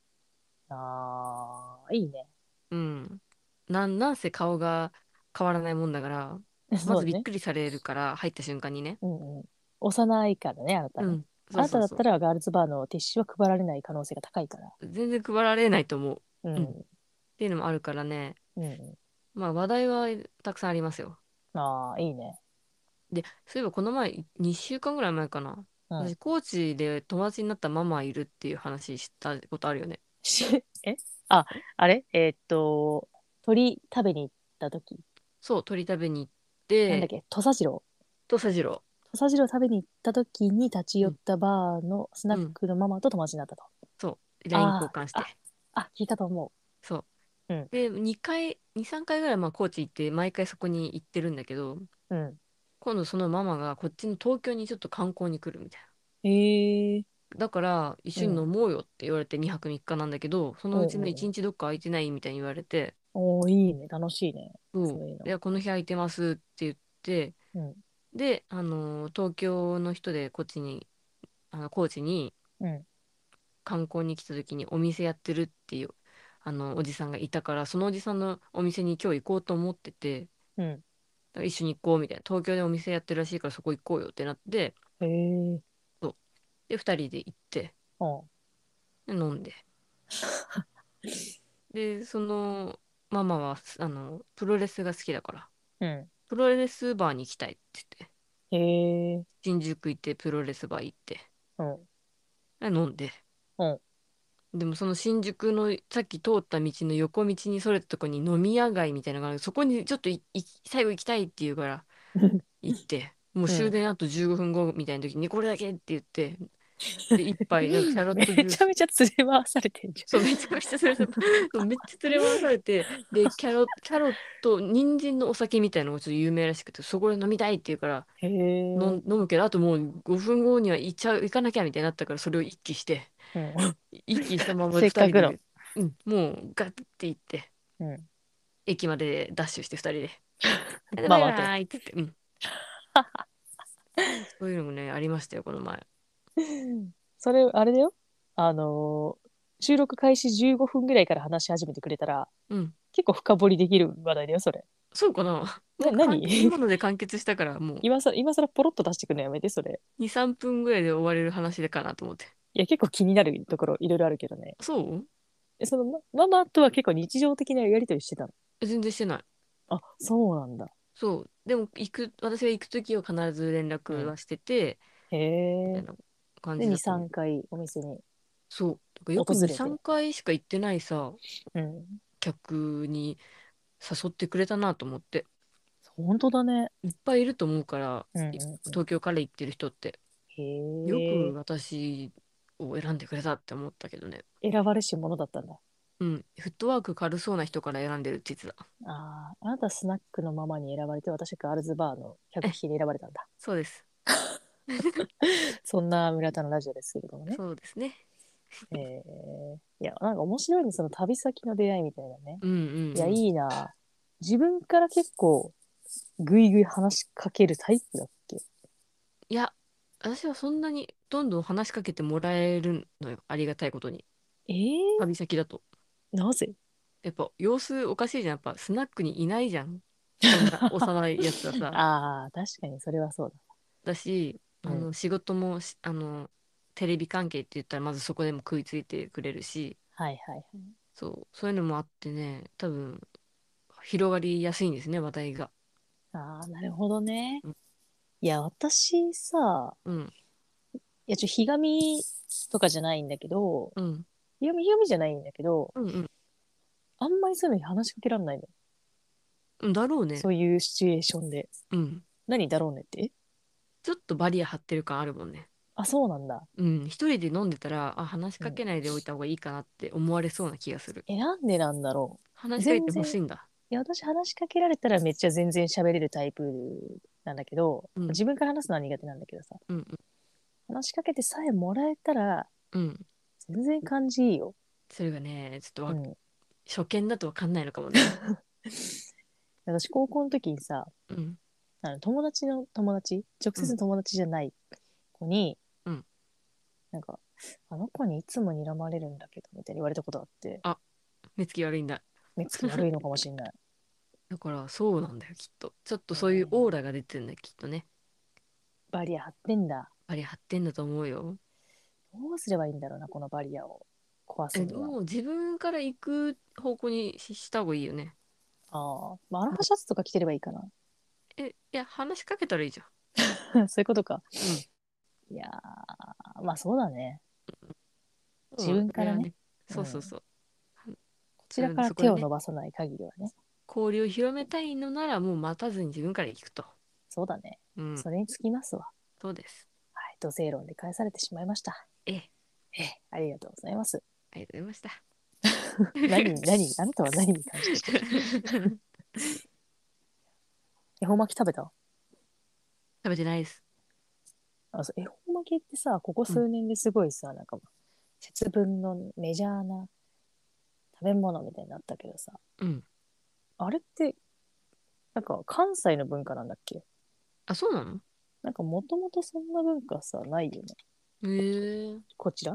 S1: あー、いいね。
S2: うん。なんせ顔が変わらないもんだから、まずびっ
S1: そうだね。
S2: くりされるから、入った瞬間にね。
S1: うんうん。幼いからね、あなたね。
S2: うん。そ
S1: あなただっ
S2: うそうそう。
S1: たらガールズバーのティッシュは配られない可能性が高いから。
S2: 全然配られないと思う。うん。っ
S1: うん。
S2: ていうのもあるからね。
S1: うん。
S2: まあ話題はたくさんありますよ。
S1: あー、いいね。
S2: で、そういえばこの前、2週間ぐらい前かな。
S1: うん。
S2: 私、高知で友達になったママいるっていう話したことあるよね。
S1: えあ、あれ鳥食べに行った時。
S2: そう、鳥食べに行って、
S1: なんだっけ土佐ジロ
S2: とさじろ
S1: 土佐ジロ食べに行った時に立ち
S2: う。うん。
S1: 寄ったバーのスナッ
S2: うん。
S1: クのママと友達になったと。
S2: そう。LINE 交
S1: ああ、
S2: 換して。
S1: 聞いたと思
S2: そう。
S1: う。うん。
S2: で、2回、2、3回ぐらいまあ高知行って、毎回そこに行ってるんだけど、
S1: うん。
S2: 今度そのママがこっちの東京にちょっと観光に来るみたい
S1: へえ。
S2: な。だから一緒に
S1: うん。
S2: 飲もうよって言われて2泊3日なんだけど、そのうちの1
S1: おうおう
S2: 日どっか空いてないみたいに言われて、
S1: おう、いいね。楽しいね。
S2: そう。
S1: そういうの。
S2: いや、この日空いてますって言って、
S1: うん。
S2: で、東京の人でこっちに、高知に
S1: うん。
S2: 観光に来た時にお店やってるっていう、おじさんがいたから、そのおじさんのお店に今日行こうと思ってて、
S1: うん。
S2: だから一緒に行こうみたいな。東京でお店やってるらしいからそこ行こうよってなって、
S1: へえ。
S2: そう。で、二人で行って、
S1: うん。
S2: で飲んで。で、そのママは、プロレスが好きだから、
S1: うん。
S2: プロレスバーに行きたいって言って、
S1: へえ。
S2: 新宿行ってプロレスバー行って、
S1: うん。
S2: で飲んで、
S1: うん。
S2: でもその新宿のさっき通った道の横道にそれたとこに飲み屋街みたいなのがある、そこにちょっと最後行きたいって言うから行って、もう
S1: うん。
S2: 終電あと15分後みたいな時にこれだけって言って、で、一杯なんかキャロッ
S1: め
S2: トジュース、
S1: ちゃめちゃ連れ回されてんじ
S2: そう、めちゃめちゃそれ、そうめっちゃ連れ回されて、で、キャロット、人参のお酒みたいなのがちょっと有名らしくて、そこで飲みたいって言うから、
S1: ゃん。へえ。
S2: 飲むけど、あともう5分後には行かなきゃみたいになったから、それを一気して、
S1: うん。
S2: 一気したまま
S1: せっかくの。
S2: 二人で、うん、もうガッて行って、
S1: うん。
S2: 駅までダッシュして二人で、でバイ
S1: ママと。
S2: バイって言って、そういうのもね、ありましたよ、この前。
S1: それ、あれだよ。収録開始15分ぐらいから話し始めてくれたら、
S2: うん。
S1: 結構深掘りできる話題だよ、それ。
S2: そうかな。なんか
S1: 何？
S2: 今ので完結したから、もう
S1: 今更ポロッと出してくるのやめて、それ。
S2: 2、3分ぐらいで終われる話かなと思って。
S1: いや、結構気になるところ、いろいろあるけどね。
S2: そう？
S1: その、ママとは結構日常的なやりとりしてたの？
S2: 全然してない。
S1: あ、そうなんだ。
S2: そう。でも、私が行くときは必ず連
S1: うん。
S2: 絡はしてて、
S1: へえ。
S2: みたいな感
S1: で、2、
S2: じだったね。
S1: 3回お店に
S2: そう。だからよく2、
S1: 訪れて。
S2: 3回しか行ってないさ、
S1: うん。
S2: 客に誘ってくれたなと思って。
S1: 本当だね。
S2: いっぱいいると思うから、
S1: うんうんうん。
S2: 東京から行ってる人って。
S1: へ
S2: よく
S1: え。
S2: 私を選んでくれたって思ったけどね。
S1: 選ばれし者だったんだ。
S2: うん。フットワーク軽そうな人から選んでるって言ってた。
S1: ああ、あなたスナックのママに選ばれて、私ガールズバーの客
S2: え、
S1: 引きに選ばれたんだ。
S2: そうです。
S1: そんな村田のラジオですけれどもね。
S2: そうですね。
S1: いや、なんか面白いね、その旅先の出会いみたいなね。
S2: うんうん
S1: いや、い
S2: うん。
S1: いな。自分から結構、ぐいぐい話しかけるタイプだっけ？
S2: いや、私はそんなにどんどん話しかけてもらえるのよ。ありがたいことに。旅先だと。
S1: なぜ？
S2: やっぱ様子おかしいじゃん。やっぱスナックにいないじゃん。そんな幼いやつはさ。
S1: ああ、確かにそれはそう
S2: だし、
S1: だ。うん。
S2: 仕事もテレビ関係って言ったらまずそこでも食いついてくれるし、
S1: はいはいはい。
S2: そう、そういうのもあってね、多分広がりやすいんですね、話題が。
S1: ああ、なるほどね。
S2: うん、
S1: いや、私さ、
S2: うん、
S1: いや、ひがみとかじゃないんだけど、
S2: うん、
S1: ひがみじゃないんだけど、
S2: うん、
S1: あんまりそういうのに話しかけられないの。
S2: うん、だろうね。
S1: そういうシチュエーションで。
S2: うん。
S1: 何だろうねって。
S2: ちょっとバリア張ってる感あるもんね。
S1: あ、そうなんだ。
S2: うん、一人で飲んでたら、あ、話し
S1: うん。
S2: かけないでおいた方がいいかなって思われそうな気がする。
S1: なんでなんだろう。
S2: 話しかけてほ
S1: 全然、
S2: しいんだ。
S1: 私話しかけられたらめっちゃ全然喋れるタイプなんだけど、
S2: うん、
S1: 自分から話すのは苦手なんだけどさ、
S2: うん、
S1: 話しかけてさえもらえたら
S2: うん。うん。
S1: 全然感じいいよ。
S2: それがね、ちょっと
S1: うん。
S2: 初見だとわかんないのかもね。
S1: 私高校の時にさ、
S2: うん、
S1: 友達の友達、直
S2: うん、
S1: 接の友達じゃない子に、
S2: うん。
S1: なんか、あの子にいつも睨まれるんだけど、みたいに言われたことあって、
S2: あ、目つき悪いんだ。
S1: 目つき悪いのかもしれない。
S2: だからそうなんだよ、きっと。ちょっとそういうオー
S1: え
S2: ラが出てるんだよ、きっとね。
S1: バリア張ってんだ。
S2: バリ張ってんだと思うよ。
S1: どうすればいいんだろうな、このバリアを壊すには。
S2: もう自分から行く方向にした方がいいよね。
S1: ああ、まあ、アロハ
S2: も
S1: シャツとか着てればいいかな。
S2: いや、話しかけたらいいじゃ
S1: そういうことか。
S2: ん。うん。
S1: いやー、まあそうだね。自
S2: もう、
S1: 分からね。
S2: それはね、
S1: うん。
S2: そうそうそう。
S1: こちらから手を伸
S2: そこでね、
S1: ばさない限りはね。
S2: 交流を広めたいのなら、もう待たずに自分から行くと。
S1: そうだね。
S2: うん。
S1: それにつきますわ。
S2: そうです。
S1: はい。土星論で返されてしまいました。
S2: ええ、
S1: ありがとうございます。
S2: ありがとうございました。
S1: あなたは何に感謝してる？恵方巻き食べた？
S2: 食べてないです。
S1: そう恵方巻きってさ、ここ
S2: うん。
S1: 数年ですごいさ、なんか、節分のメジャーな食べ物みたいになったけどさ、
S2: うん。
S1: あれって、なんか関西の文化なんだっけ？
S2: あ、そうなの？
S1: なんかもともとそんな文化さ、ないよね。
S2: へえ。
S1: こちら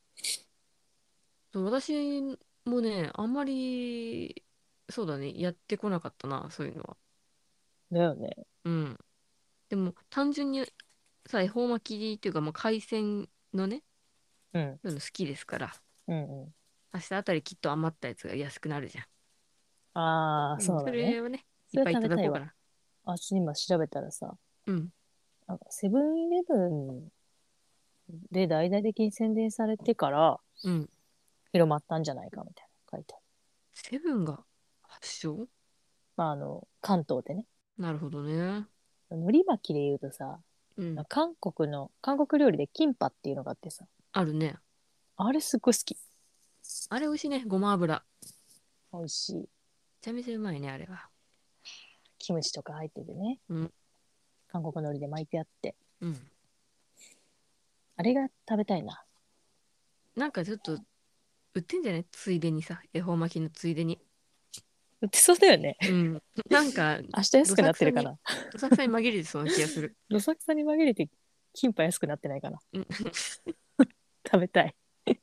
S2: そう、私もね、あんまり、そうだね、やってこなかったな、そういうのは。
S1: だよね。
S2: うん。でも、単純にさ、恵方巻きっていうか、まあ、海鮮のね、
S1: うん。
S2: そういうの好きですから、
S1: うんうん。
S2: 明日あたりきっと余ったやつが安くなるじゃ
S1: ああ、
S2: ん。うん、そ
S1: そうだね。
S2: れをね、い
S1: それ
S2: っぱいい
S1: 食べたいわ。
S2: ただこうかな。
S1: 今調べたらさ、
S2: うん、
S1: なんかセブンイレブンで大々的に宣伝されてから
S2: うん。
S1: 広まったんじゃないかみたいな書いてある。
S2: セブンが発祥？
S1: まあ、関東でね。
S2: なるほどね。
S1: 海苔巻きで言うとさ、
S2: うん。
S1: 韓国料理でキンパっていうのがあってさ、
S2: あるね。
S1: あれすっごい好き。
S2: あれ美味しいね。ごま油。
S1: 美味しい。
S2: めちゃめちゃうまいね、あれは。
S1: キムチとか入っててね。
S2: うん、
S1: 韓国海苔で巻いてあって。
S2: うん。
S1: あれが食べたいな。
S2: なんかちょっと売ってんじゃない？ついでにさ、恵方巻きのついでに。
S1: 売ってそうだよね。
S2: うん。なんか、
S1: 明日安
S2: ど
S1: くな
S2: さくさに、
S1: ってるかな。
S2: どさくさに紛れてそうな気がする。
S1: どさくさに紛れてキンパ安くなってないかな。
S2: うん。
S1: 食べたい。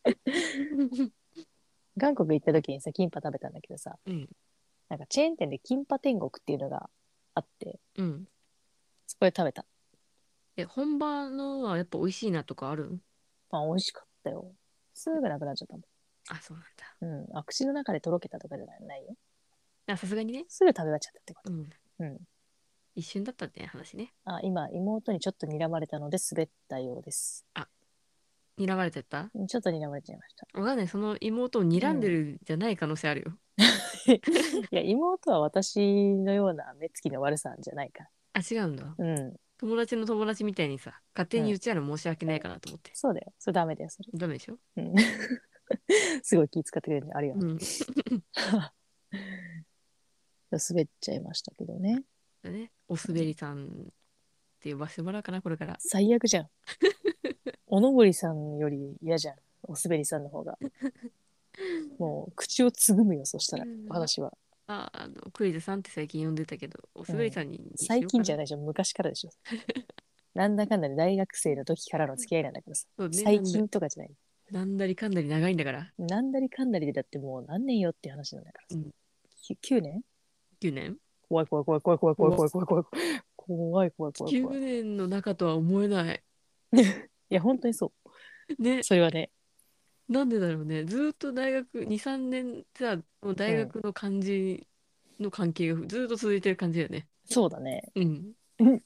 S1: 韓国行った時にさ、キンパ食べたんだけどさ、
S2: うん。
S1: なんかチェーン店でキンパ天国っていうのがあって、
S2: うん。
S1: そこで食べた。
S2: 本場のはやっぱ美味しいなとかある？
S1: まあ美味しかったよ。すぐなくなっちゃったも
S2: あ、そうなんだ。
S1: ん。うん。口の中でとろけたとかじゃないよ。
S2: あ、さすがにね。
S1: すぐ食べ終わっちゃったってこと。
S2: うん。
S1: うん。
S2: 一瞬だったって話ね。
S1: 今、妹にちょっと睨まれたので滑ったようです。
S2: あ、睨まれてた？
S1: ちょっと睨まれちゃいました。
S2: わかんない。その妹を睨んで
S1: うん。
S2: るんじゃない可能性あるよ。
S1: いや、妹は私のような目つきの悪さじゃないか
S2: あ、違うんだ。
S1: ら。うん。
S2: 友達の友達みたいにさ、勝手に
S1: うん。
S2: 言っちゃうの申し訳ないかなと思って。
S1: そうだよ。それダメだよ、それ。
S2: ダメでしょ？
S1: うん。 すごい気遣ってくれるんでありがと
S2: うん。
S1: う。滑っちゃいましたけどね。
S2: だね。おすべりさんって呼ばせてもらおうかな、これから。
S1: 最悪じゃん。おのぼりさんより嫌じゃん。お滑りさんの方が。もう口をつぐむよ、そしたら、
S2: うん。
S1: 私は。
S2: クイズさんって最近呼んでたけど、おすべり
S1: うん。
S2: さんにし
S1: 最
S2: ようかな。
S1: 近じゃないでしょ、昔からでしょ。なんだかんだで大学生の時からの付き合いなんだからさ。
S2: そうね、
S1: 最近とかじゃない。
S2: なんだりかんだり長いんだから。
S1: なんだりかんだりでだってもう何年よっていう話なんだからさ。
S2: うん。
S1: 9年。
S2: 9年
S1: 怖い怖い怖い怖い怖い怖い
S2: お、
S1: 怖い怖い怖い怖い怖い怖い怖い。
S2: 9年の中とは思えない。
S1: いや、本当にそう。
S2: ね。
S1: それはね、
S2: なんでだろうね。ずーっと大学、2、3年さ、もう大
S1: うん。
S2: 学の感じの関係がずーっと続いてる感じだよね。
S1: そうだね。
S2: うん。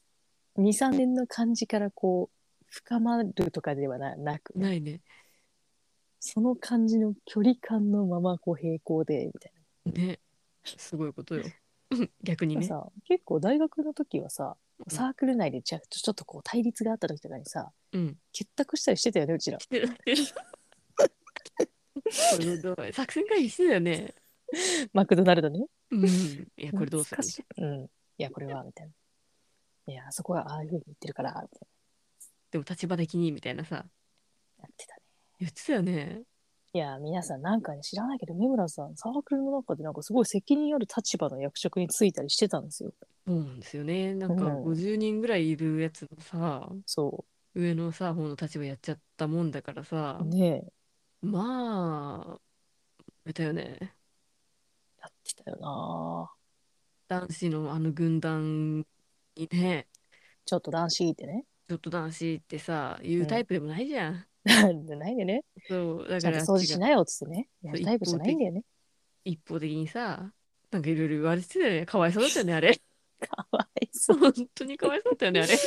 S1: 2、3年の感じからこう、深まるとかではなくね。
S2: ないね。
S1: その感じの距離感のままこう平行で、みたい
S2: ね。すごいことよ。逆に
S1: な。
S2: ね。
S1: さ、結構大学の時はさ、
S2: うん。
S1: サークル内でちょっとこう対立があった時とかにさ、
S2: うん。
S1: 結託したりしてたよね、うちら。
S2: してる、してる。これどう作戦会議してたよね。
S1: マクドナルドね。
S2: うん。いや、こ
S1: 懐
S2: れどうす
S1: かしい。
S2: るみたい
S1: うん。いや、これは、みたいな。いや、あそこはああいうふうに言ってるから、みたい
S2: な。でも立場的にみたいなさ、
S1: な。やってたね。
S2: 言ってたよね。
S1: いや、皆さんなんかね、知らないけど、三村さん、サークルの中でなんかすごい責任ある立場の役職に就いたりしてたんですよ。
S2: そうなんですよね。なんか
S1: うん。
S2: 50人ぐらいいるやつのさ、
S1: そ
S2: 上のさ、方の立場やっちゃったもんだから
S1: う。
S2: さ、
S1: ねえ、
S2: まあ、あれだよね。
S1: やってたよな。
S2: 男子のあの軍団にね、
S1: ちょっと男子ってね。
S2: ちょっと男子ってさ、言うタイ
S1: うん。
S2: プでもないじゃん。
S1: ないでね。
S2: そう、だから
S1: ちゃんと
S2: あっちが、
S1: 掃除しなよ、つってね。や
S2: そう
S1: るタイプじゃないんだよね。
S2: 一方的にさ、なんかいろいろ言われてたよね。かわいそうだったよね、あれ。
S1: かわいそう。
S2: 本当にかわいそうだったよね、あれ。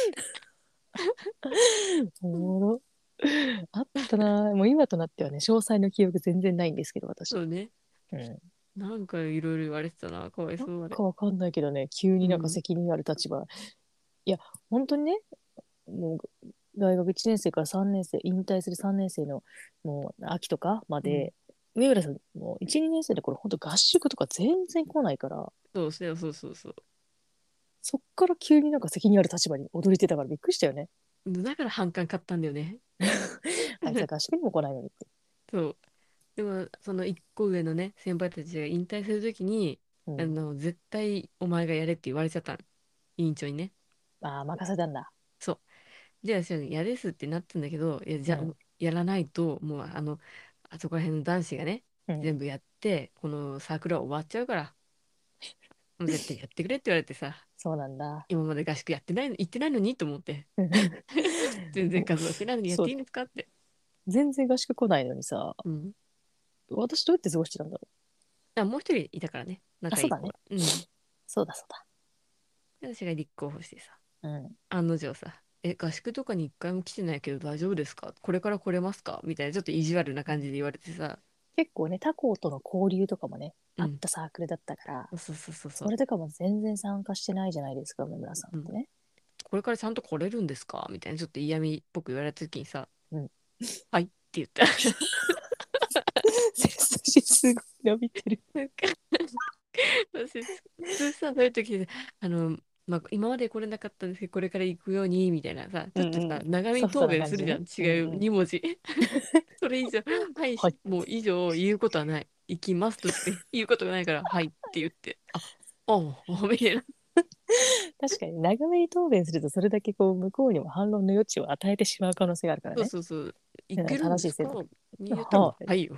S1: おもろ。あったな。もう今となってはね、詳細の記憶全然ないんですけど、私。
S2: そうね。
S1: うん。
S2: なんかいろいろ言われてたな、かわい
S1: なん
S2: そう、あれ。
S1: かわかんないけどね、急になんか
S2: うん。
S1: 責任ある立場。いや、本当にね、もう大学1年生から3年生、引退する3年生のもう秋とかま
S2: うん。
S1: で、上村さん、もう1、2年生でこれ本当合宿とか全然来ないから、
S2: そうそうそうそうそう。
S1: そっから急になんか責任ある立場に踊りてたからびっくりしたよね。
S2: だから反感買ったんだよね。
S1: あいつは合宿にも来ないのにって。
S2: そう。でも、その一個上のね、先輩たちが引退するときに、
S1: うん。
S2: 絶対お前がやれって言われちゃったの。委員長にね。
S1: ああ、任せたんだ。
S2: そう。じゃあ、やですってなったんだけど、いや、じゃあ、
S1: うん。
S2: やらないと、もう、あそこら辺の男子がね、
S1: うん。
S2: 全部やって、このサークルは終わっちゃうから、もう絶対やってくれって言われてさ、
S1: そうなんだ。
S2: 今まで合宿やってないの、行ってないのにと思って、
S1: うん
S2: 全然活動してないのにやっ
S1: そう。
S2: ていいんですかって。
S1: 全然合宿来ないのにさ、
S2: うん。
S1: 私どうやって過ごしてたんだろ
S2: もう一人いたからね、
S1: う。あ、そうだね。
S2: 仲いい子が。うん。
S1: そうだそうだ。
S2: で私が立候補してさ、
S1: うん。
S2: 案の定さ、合宿とかに一回も来てないけど大丈夫ですか、これから来れますかみたいな、ちょっと意地悪な感じで言われてさ、
S1: 結構ね、他校との交流とかもね、あっ
S2: うん。
S1: たサークルだったから、
S2: そうそうそうそう。
S1: それとかも全然参加してないじゃないですか、梅村さん
S2: うん。
S1: ってね。
S2: これからちゃんと来れるんですかみたいな、ちょっと嫌味っぽく言われた時にさ、
S1: うん。
S2: はいって言った。
S1: 背筋すごい伸びてる。
S2: なんか私、普通さ、そういう時で、あの、今まで来れなかったんですけど、これから行くように、みたいなさ、ちょっとさ、
S1: うんうん。
S2: 長めに答
S1: ソフトな感じでね。
S2: 弁するじゃん。違う、
S1: うんうん。
S2: 2文字。それ以上、はい、
S1: はい。
S2: もう以上言うことはない。行きますとしか言うことがないから、はいって言って、おう、みたいな。
S1: 確かに長めに答弁するとそれだけこう向こうにも反論の余地を与えてしまう可能性があるから
S2: そう
S1: ね。
S2: そうそう。行
S1: だから
S2: けるんですか
S1: 正しい選択。
S2: に言ったら、
S1: はあ、
S2: はいよ。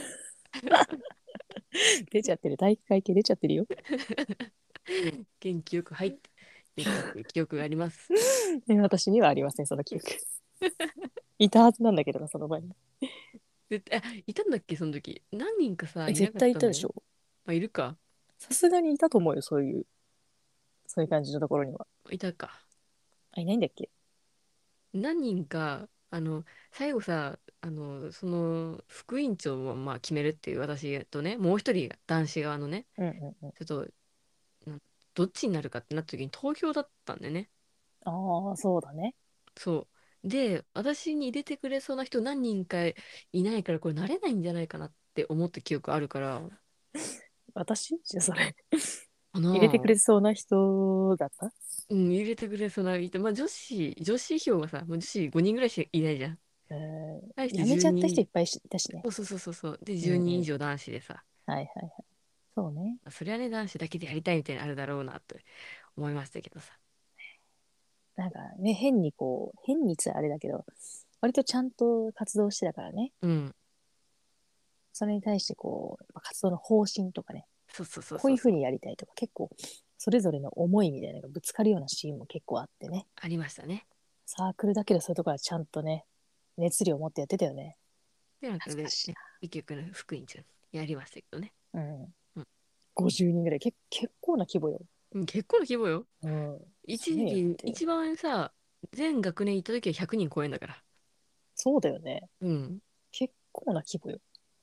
S1: 出ちゃってる。体育会系出ちゃってるよ。
S2: 元気よく入って言ったっていう記憶があります。
S1: 私にはありません、その記憶。いたはずなんだけどな、その場に。
S2: 絶対、いたんだっけ、その時。何人かさ、いな
S1: 絶
S2: かったんだよ。
S1: 対いたでしょ。
S2: まあ、いるか。
S1: さすがにいたと思うよ、そういう感じのところには。
S2: いたか。
S1: あ、いないんだっけ。
S2: 何人か、最後さ、その、副委員長をまあ決めるっていう私とね、もう一人が男子側のね、
S1: うんうんうん。
S2: ちょっと、などっちになるかってなった時に投票だったんでね。
S1: ああ、そうだね。
S2: そう。 で、私に入れてくれそうな人何人かいないから、これ慣れないんじゃないかなって思った記憶あるから、
S1: 私じゃあそれ、
S2: かな
S1: 入れてくれ
S2: あ。
S1: そうな人だった？
S2: うん、入れてくれそうな人。まあ女子票がさ、もう女子5人ぐらいしかいないじゃん。対して10
S1: 辞めちゃった人い
S2: 人、
S1: っぱいいたしね。
S2: そう。で、10
S1: うんうん。
S2: 人以上男子でさ、
S1: はいはいはい。そうね。
S2: それはね、男子だけでやりたいみたいなのあるだろうなって思いましたけどさ。
S1: なんかね、変に変に言ったらあれだけど、割とちゃんと活動してたからね。
S2: うん。
S1: それに対してやっぱ活動の方針とかね、こういうふう
S2: そう。
S1: にやりたいとか、結構、それぞれの思いみたいなのがぶつかるようなシーンも結構あってね。
S2: ありましたね。
S1: サークルだけどそういうところはちゃんとね、熱量を持ってやってたよね。
S2: で、なんかで、
S1: 懐かしい
S2: ね、一曲の福音ちゃんやりましたけどね。
S1: な。うん。
S2: うん。
S1: 50人ぐらい、結構な規模よ。
S2: うん結構な規模よ。
S1: うん。す
S2: 一時期、
S1: げえやって。
S2: 一番さ、全学年行った時は100人超えんだから。
S1: そうだよね。
S2: うん。
S1: 結構な規模よ。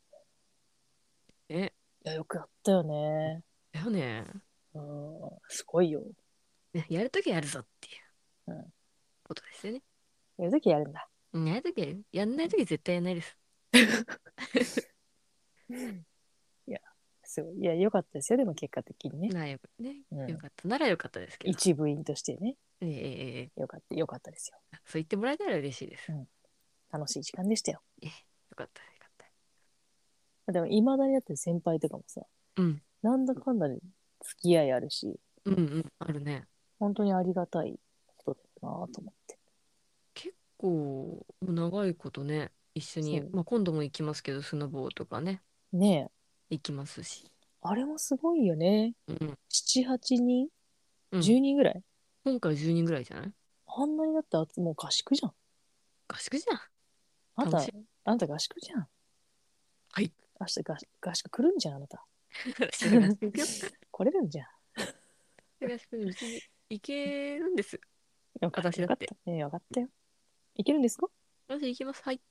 S2: ね。
S1: いや、よくやったよね。
S2: だよね。
S1: うん。すごいよ。
S2: ね、やるときはやるぞっていう
S1: うん。
S2: ことですよね。
S1: やるときやるんだ。
S2: うんやるときはやる。やんないとき絶対やんないです。
S1: いや、すごい。いや、よかったですよ。でも結果的にね。
S2: なあ、ね。
S1: うん。
S2: よかったならよかったですけど。
S1: 一部員としてね。
S2: ええ
S1: よかったですよ。
S2: そう言ってもらえたら嬉しいです。
S1: うん。楽しい時間でしたよ。
S2: よかった、よかった。
S1: でも、いまだにだって先輩とかもさ、
S2: うん。
S1: なんだかんだで付き合いあるし、
S2: あるね。
S1: 本当にありがたい人だよなと思って。
S2: 結構、長いことね、一緒に、
S1: そ
S2: まあ今度も行きますけど、スノボーとかね、
S1: う。ねえ。
S2: 行きますし。
S1: あれもすごいよね。
S2: うん。
S1: 7、8人
S2: うん。
S1: ?10 人ぐらい？
S2: 今回10人ぐらいじゃない？
S1: あんなになってもう合宿じゃん。
S2: 合宿じゃん。
S1: あんた、
S2: 楽しい。
S1: あんた合宿じゃん。
S2: はい。
S1: 明日合宿来るんじゃん、あなた。
S2: 明日合宿行くよ。
S1: 来れるんじゃん。
S2: 明日合宿別に行けるんです。私だって。
S1: よかった。ねえ、わかったよ。いけるんですか？
S2: 私行きます。はい。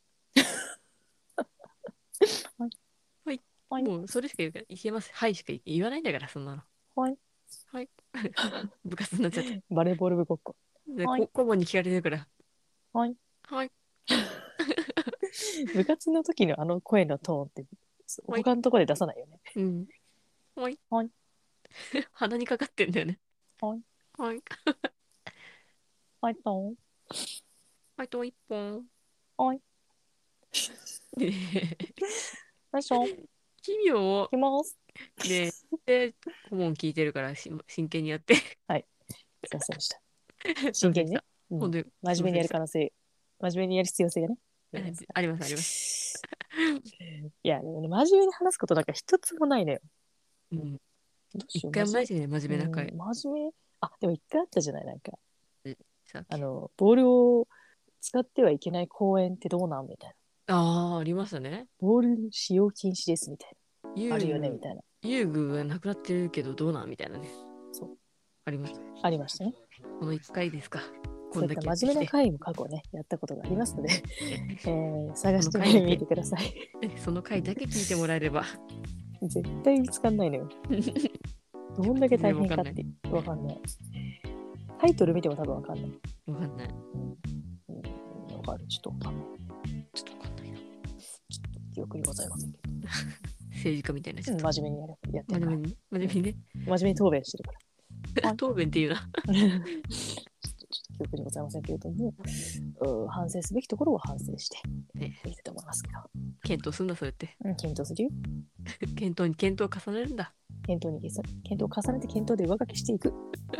S1: はい。
S2: はい。
S1: はい。
S2: もうそれしか言うから、行けます。はいしか言わないんだから、そんなの。
S1: はい。
S2: はい。部活になっちゃった。
S1: バレーボール部ごっこ。
S2: で、
S1: はい。
S2: 顧問に聞かれてるから。
S1: はい。
S2: はい。
S1: 部活の時のあの声のトーンって、
S2: はい。
S1: 他のところで出さないよね。
S2: うん。はい。
S1: はい。
S2: 鼻にかかってんだよね。
S1: はい。
S2: はい。
S1: はい、トーン。
S2: はい、と一本。
S1: はい。
S2: ねえ
S1: よいしょ。
S2: 奇妙。
S1: いきます。
S2: で、顧問聞いてるから真剣にやって。
S1: はい。すいませんでした。
S2: すいませんで
S1: 真剣にね。
S2: した。
S1: うん。
S2: 本当に
S1: 真面目にや
S2: すいませんでした。
S1: る可能性、真面目にやる必要性がね。あ
S2: あ
S1: りますから。
S2: あります、あります。
S1: いや、でもね、真面目に話すことなんか一つもないのよ。
S2: うん。
S1: どうしよう、
S2: 一回もないしね、真
S1: う
S2: 面目な回。
S1: ん、真面目。あ、でも一回あったじゃない、なんか。
S2: さっき。
S1: ボールを使ってはいけない公園ってどうなんみたいな。
S2: ああ、ありましたね。
S1: ボール使用禁止ですみたいな。あるよねみ
S2: 遊
S1: たいな。
S2: 遊具がなくなってるけどどうなんみたいなね。
S1: そう。
S2: ありました。
S1: ありましたね。
S2: この一回ですか。こんだ
S1: そういった
S2: けやってきて。
S1: 真面目な回も過去ね、やったことがありますので、探
S2: その
S1: して
S2: 回だけ、
S1: みてください。
S2: その回だけ聞いてもらえれば。
S1: 絶対見つかんないのよ。どんだけ大変かっ
S2: 全
S1: てわかんない。タイトル見ても多分わかんない。
S2: 然わかんない。
S1: わかる。ちょっとわかんない。
S2: ちょっとわかんないな。
S1: ちょっと記憶にございませんけど。
S2: 政治家みたいになっちゃった。
S1: 真面目にやってるから。
S2: 真面目にね。真面目にね。
S1: 真面目に答弁してるから。
S2: 答弁っていうな。
S1: ちょっと記憶にございませんけれども、反省すべきところは反省して
S2: ね、
S1: いきたいと思いますけど。
S2: 検討すんだ、それって。
S1: 検討するよ。
S2: 検討を重ねるんだ。
S1: 検討を重ねて検討で上書きしていく。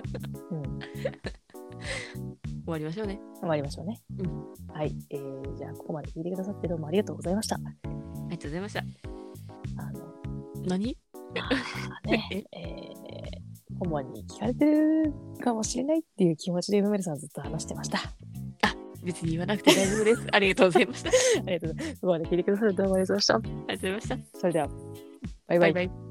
S2: 終わりましょうね。
S1: 終わりましょうね。
S2: うん。
S1: はい。じゃあ、ここまで聞いてくださってどうもありがとうございました。
S2: ありがとうございました。
S1: あの、
S2: 何
S1: ね、顧問に聞かれてるかもしれないっていう気持ちで梅村さんずっと話してました。
S2: あ、別に言わなくて大丈夫です。ありがとうございました。
S1: ありがとうございます。ここまで聞いてくださってどうもありがとうございました。
S2: ありがとうございました。
S1: それでは、バイバイ。
S2: バイバイ。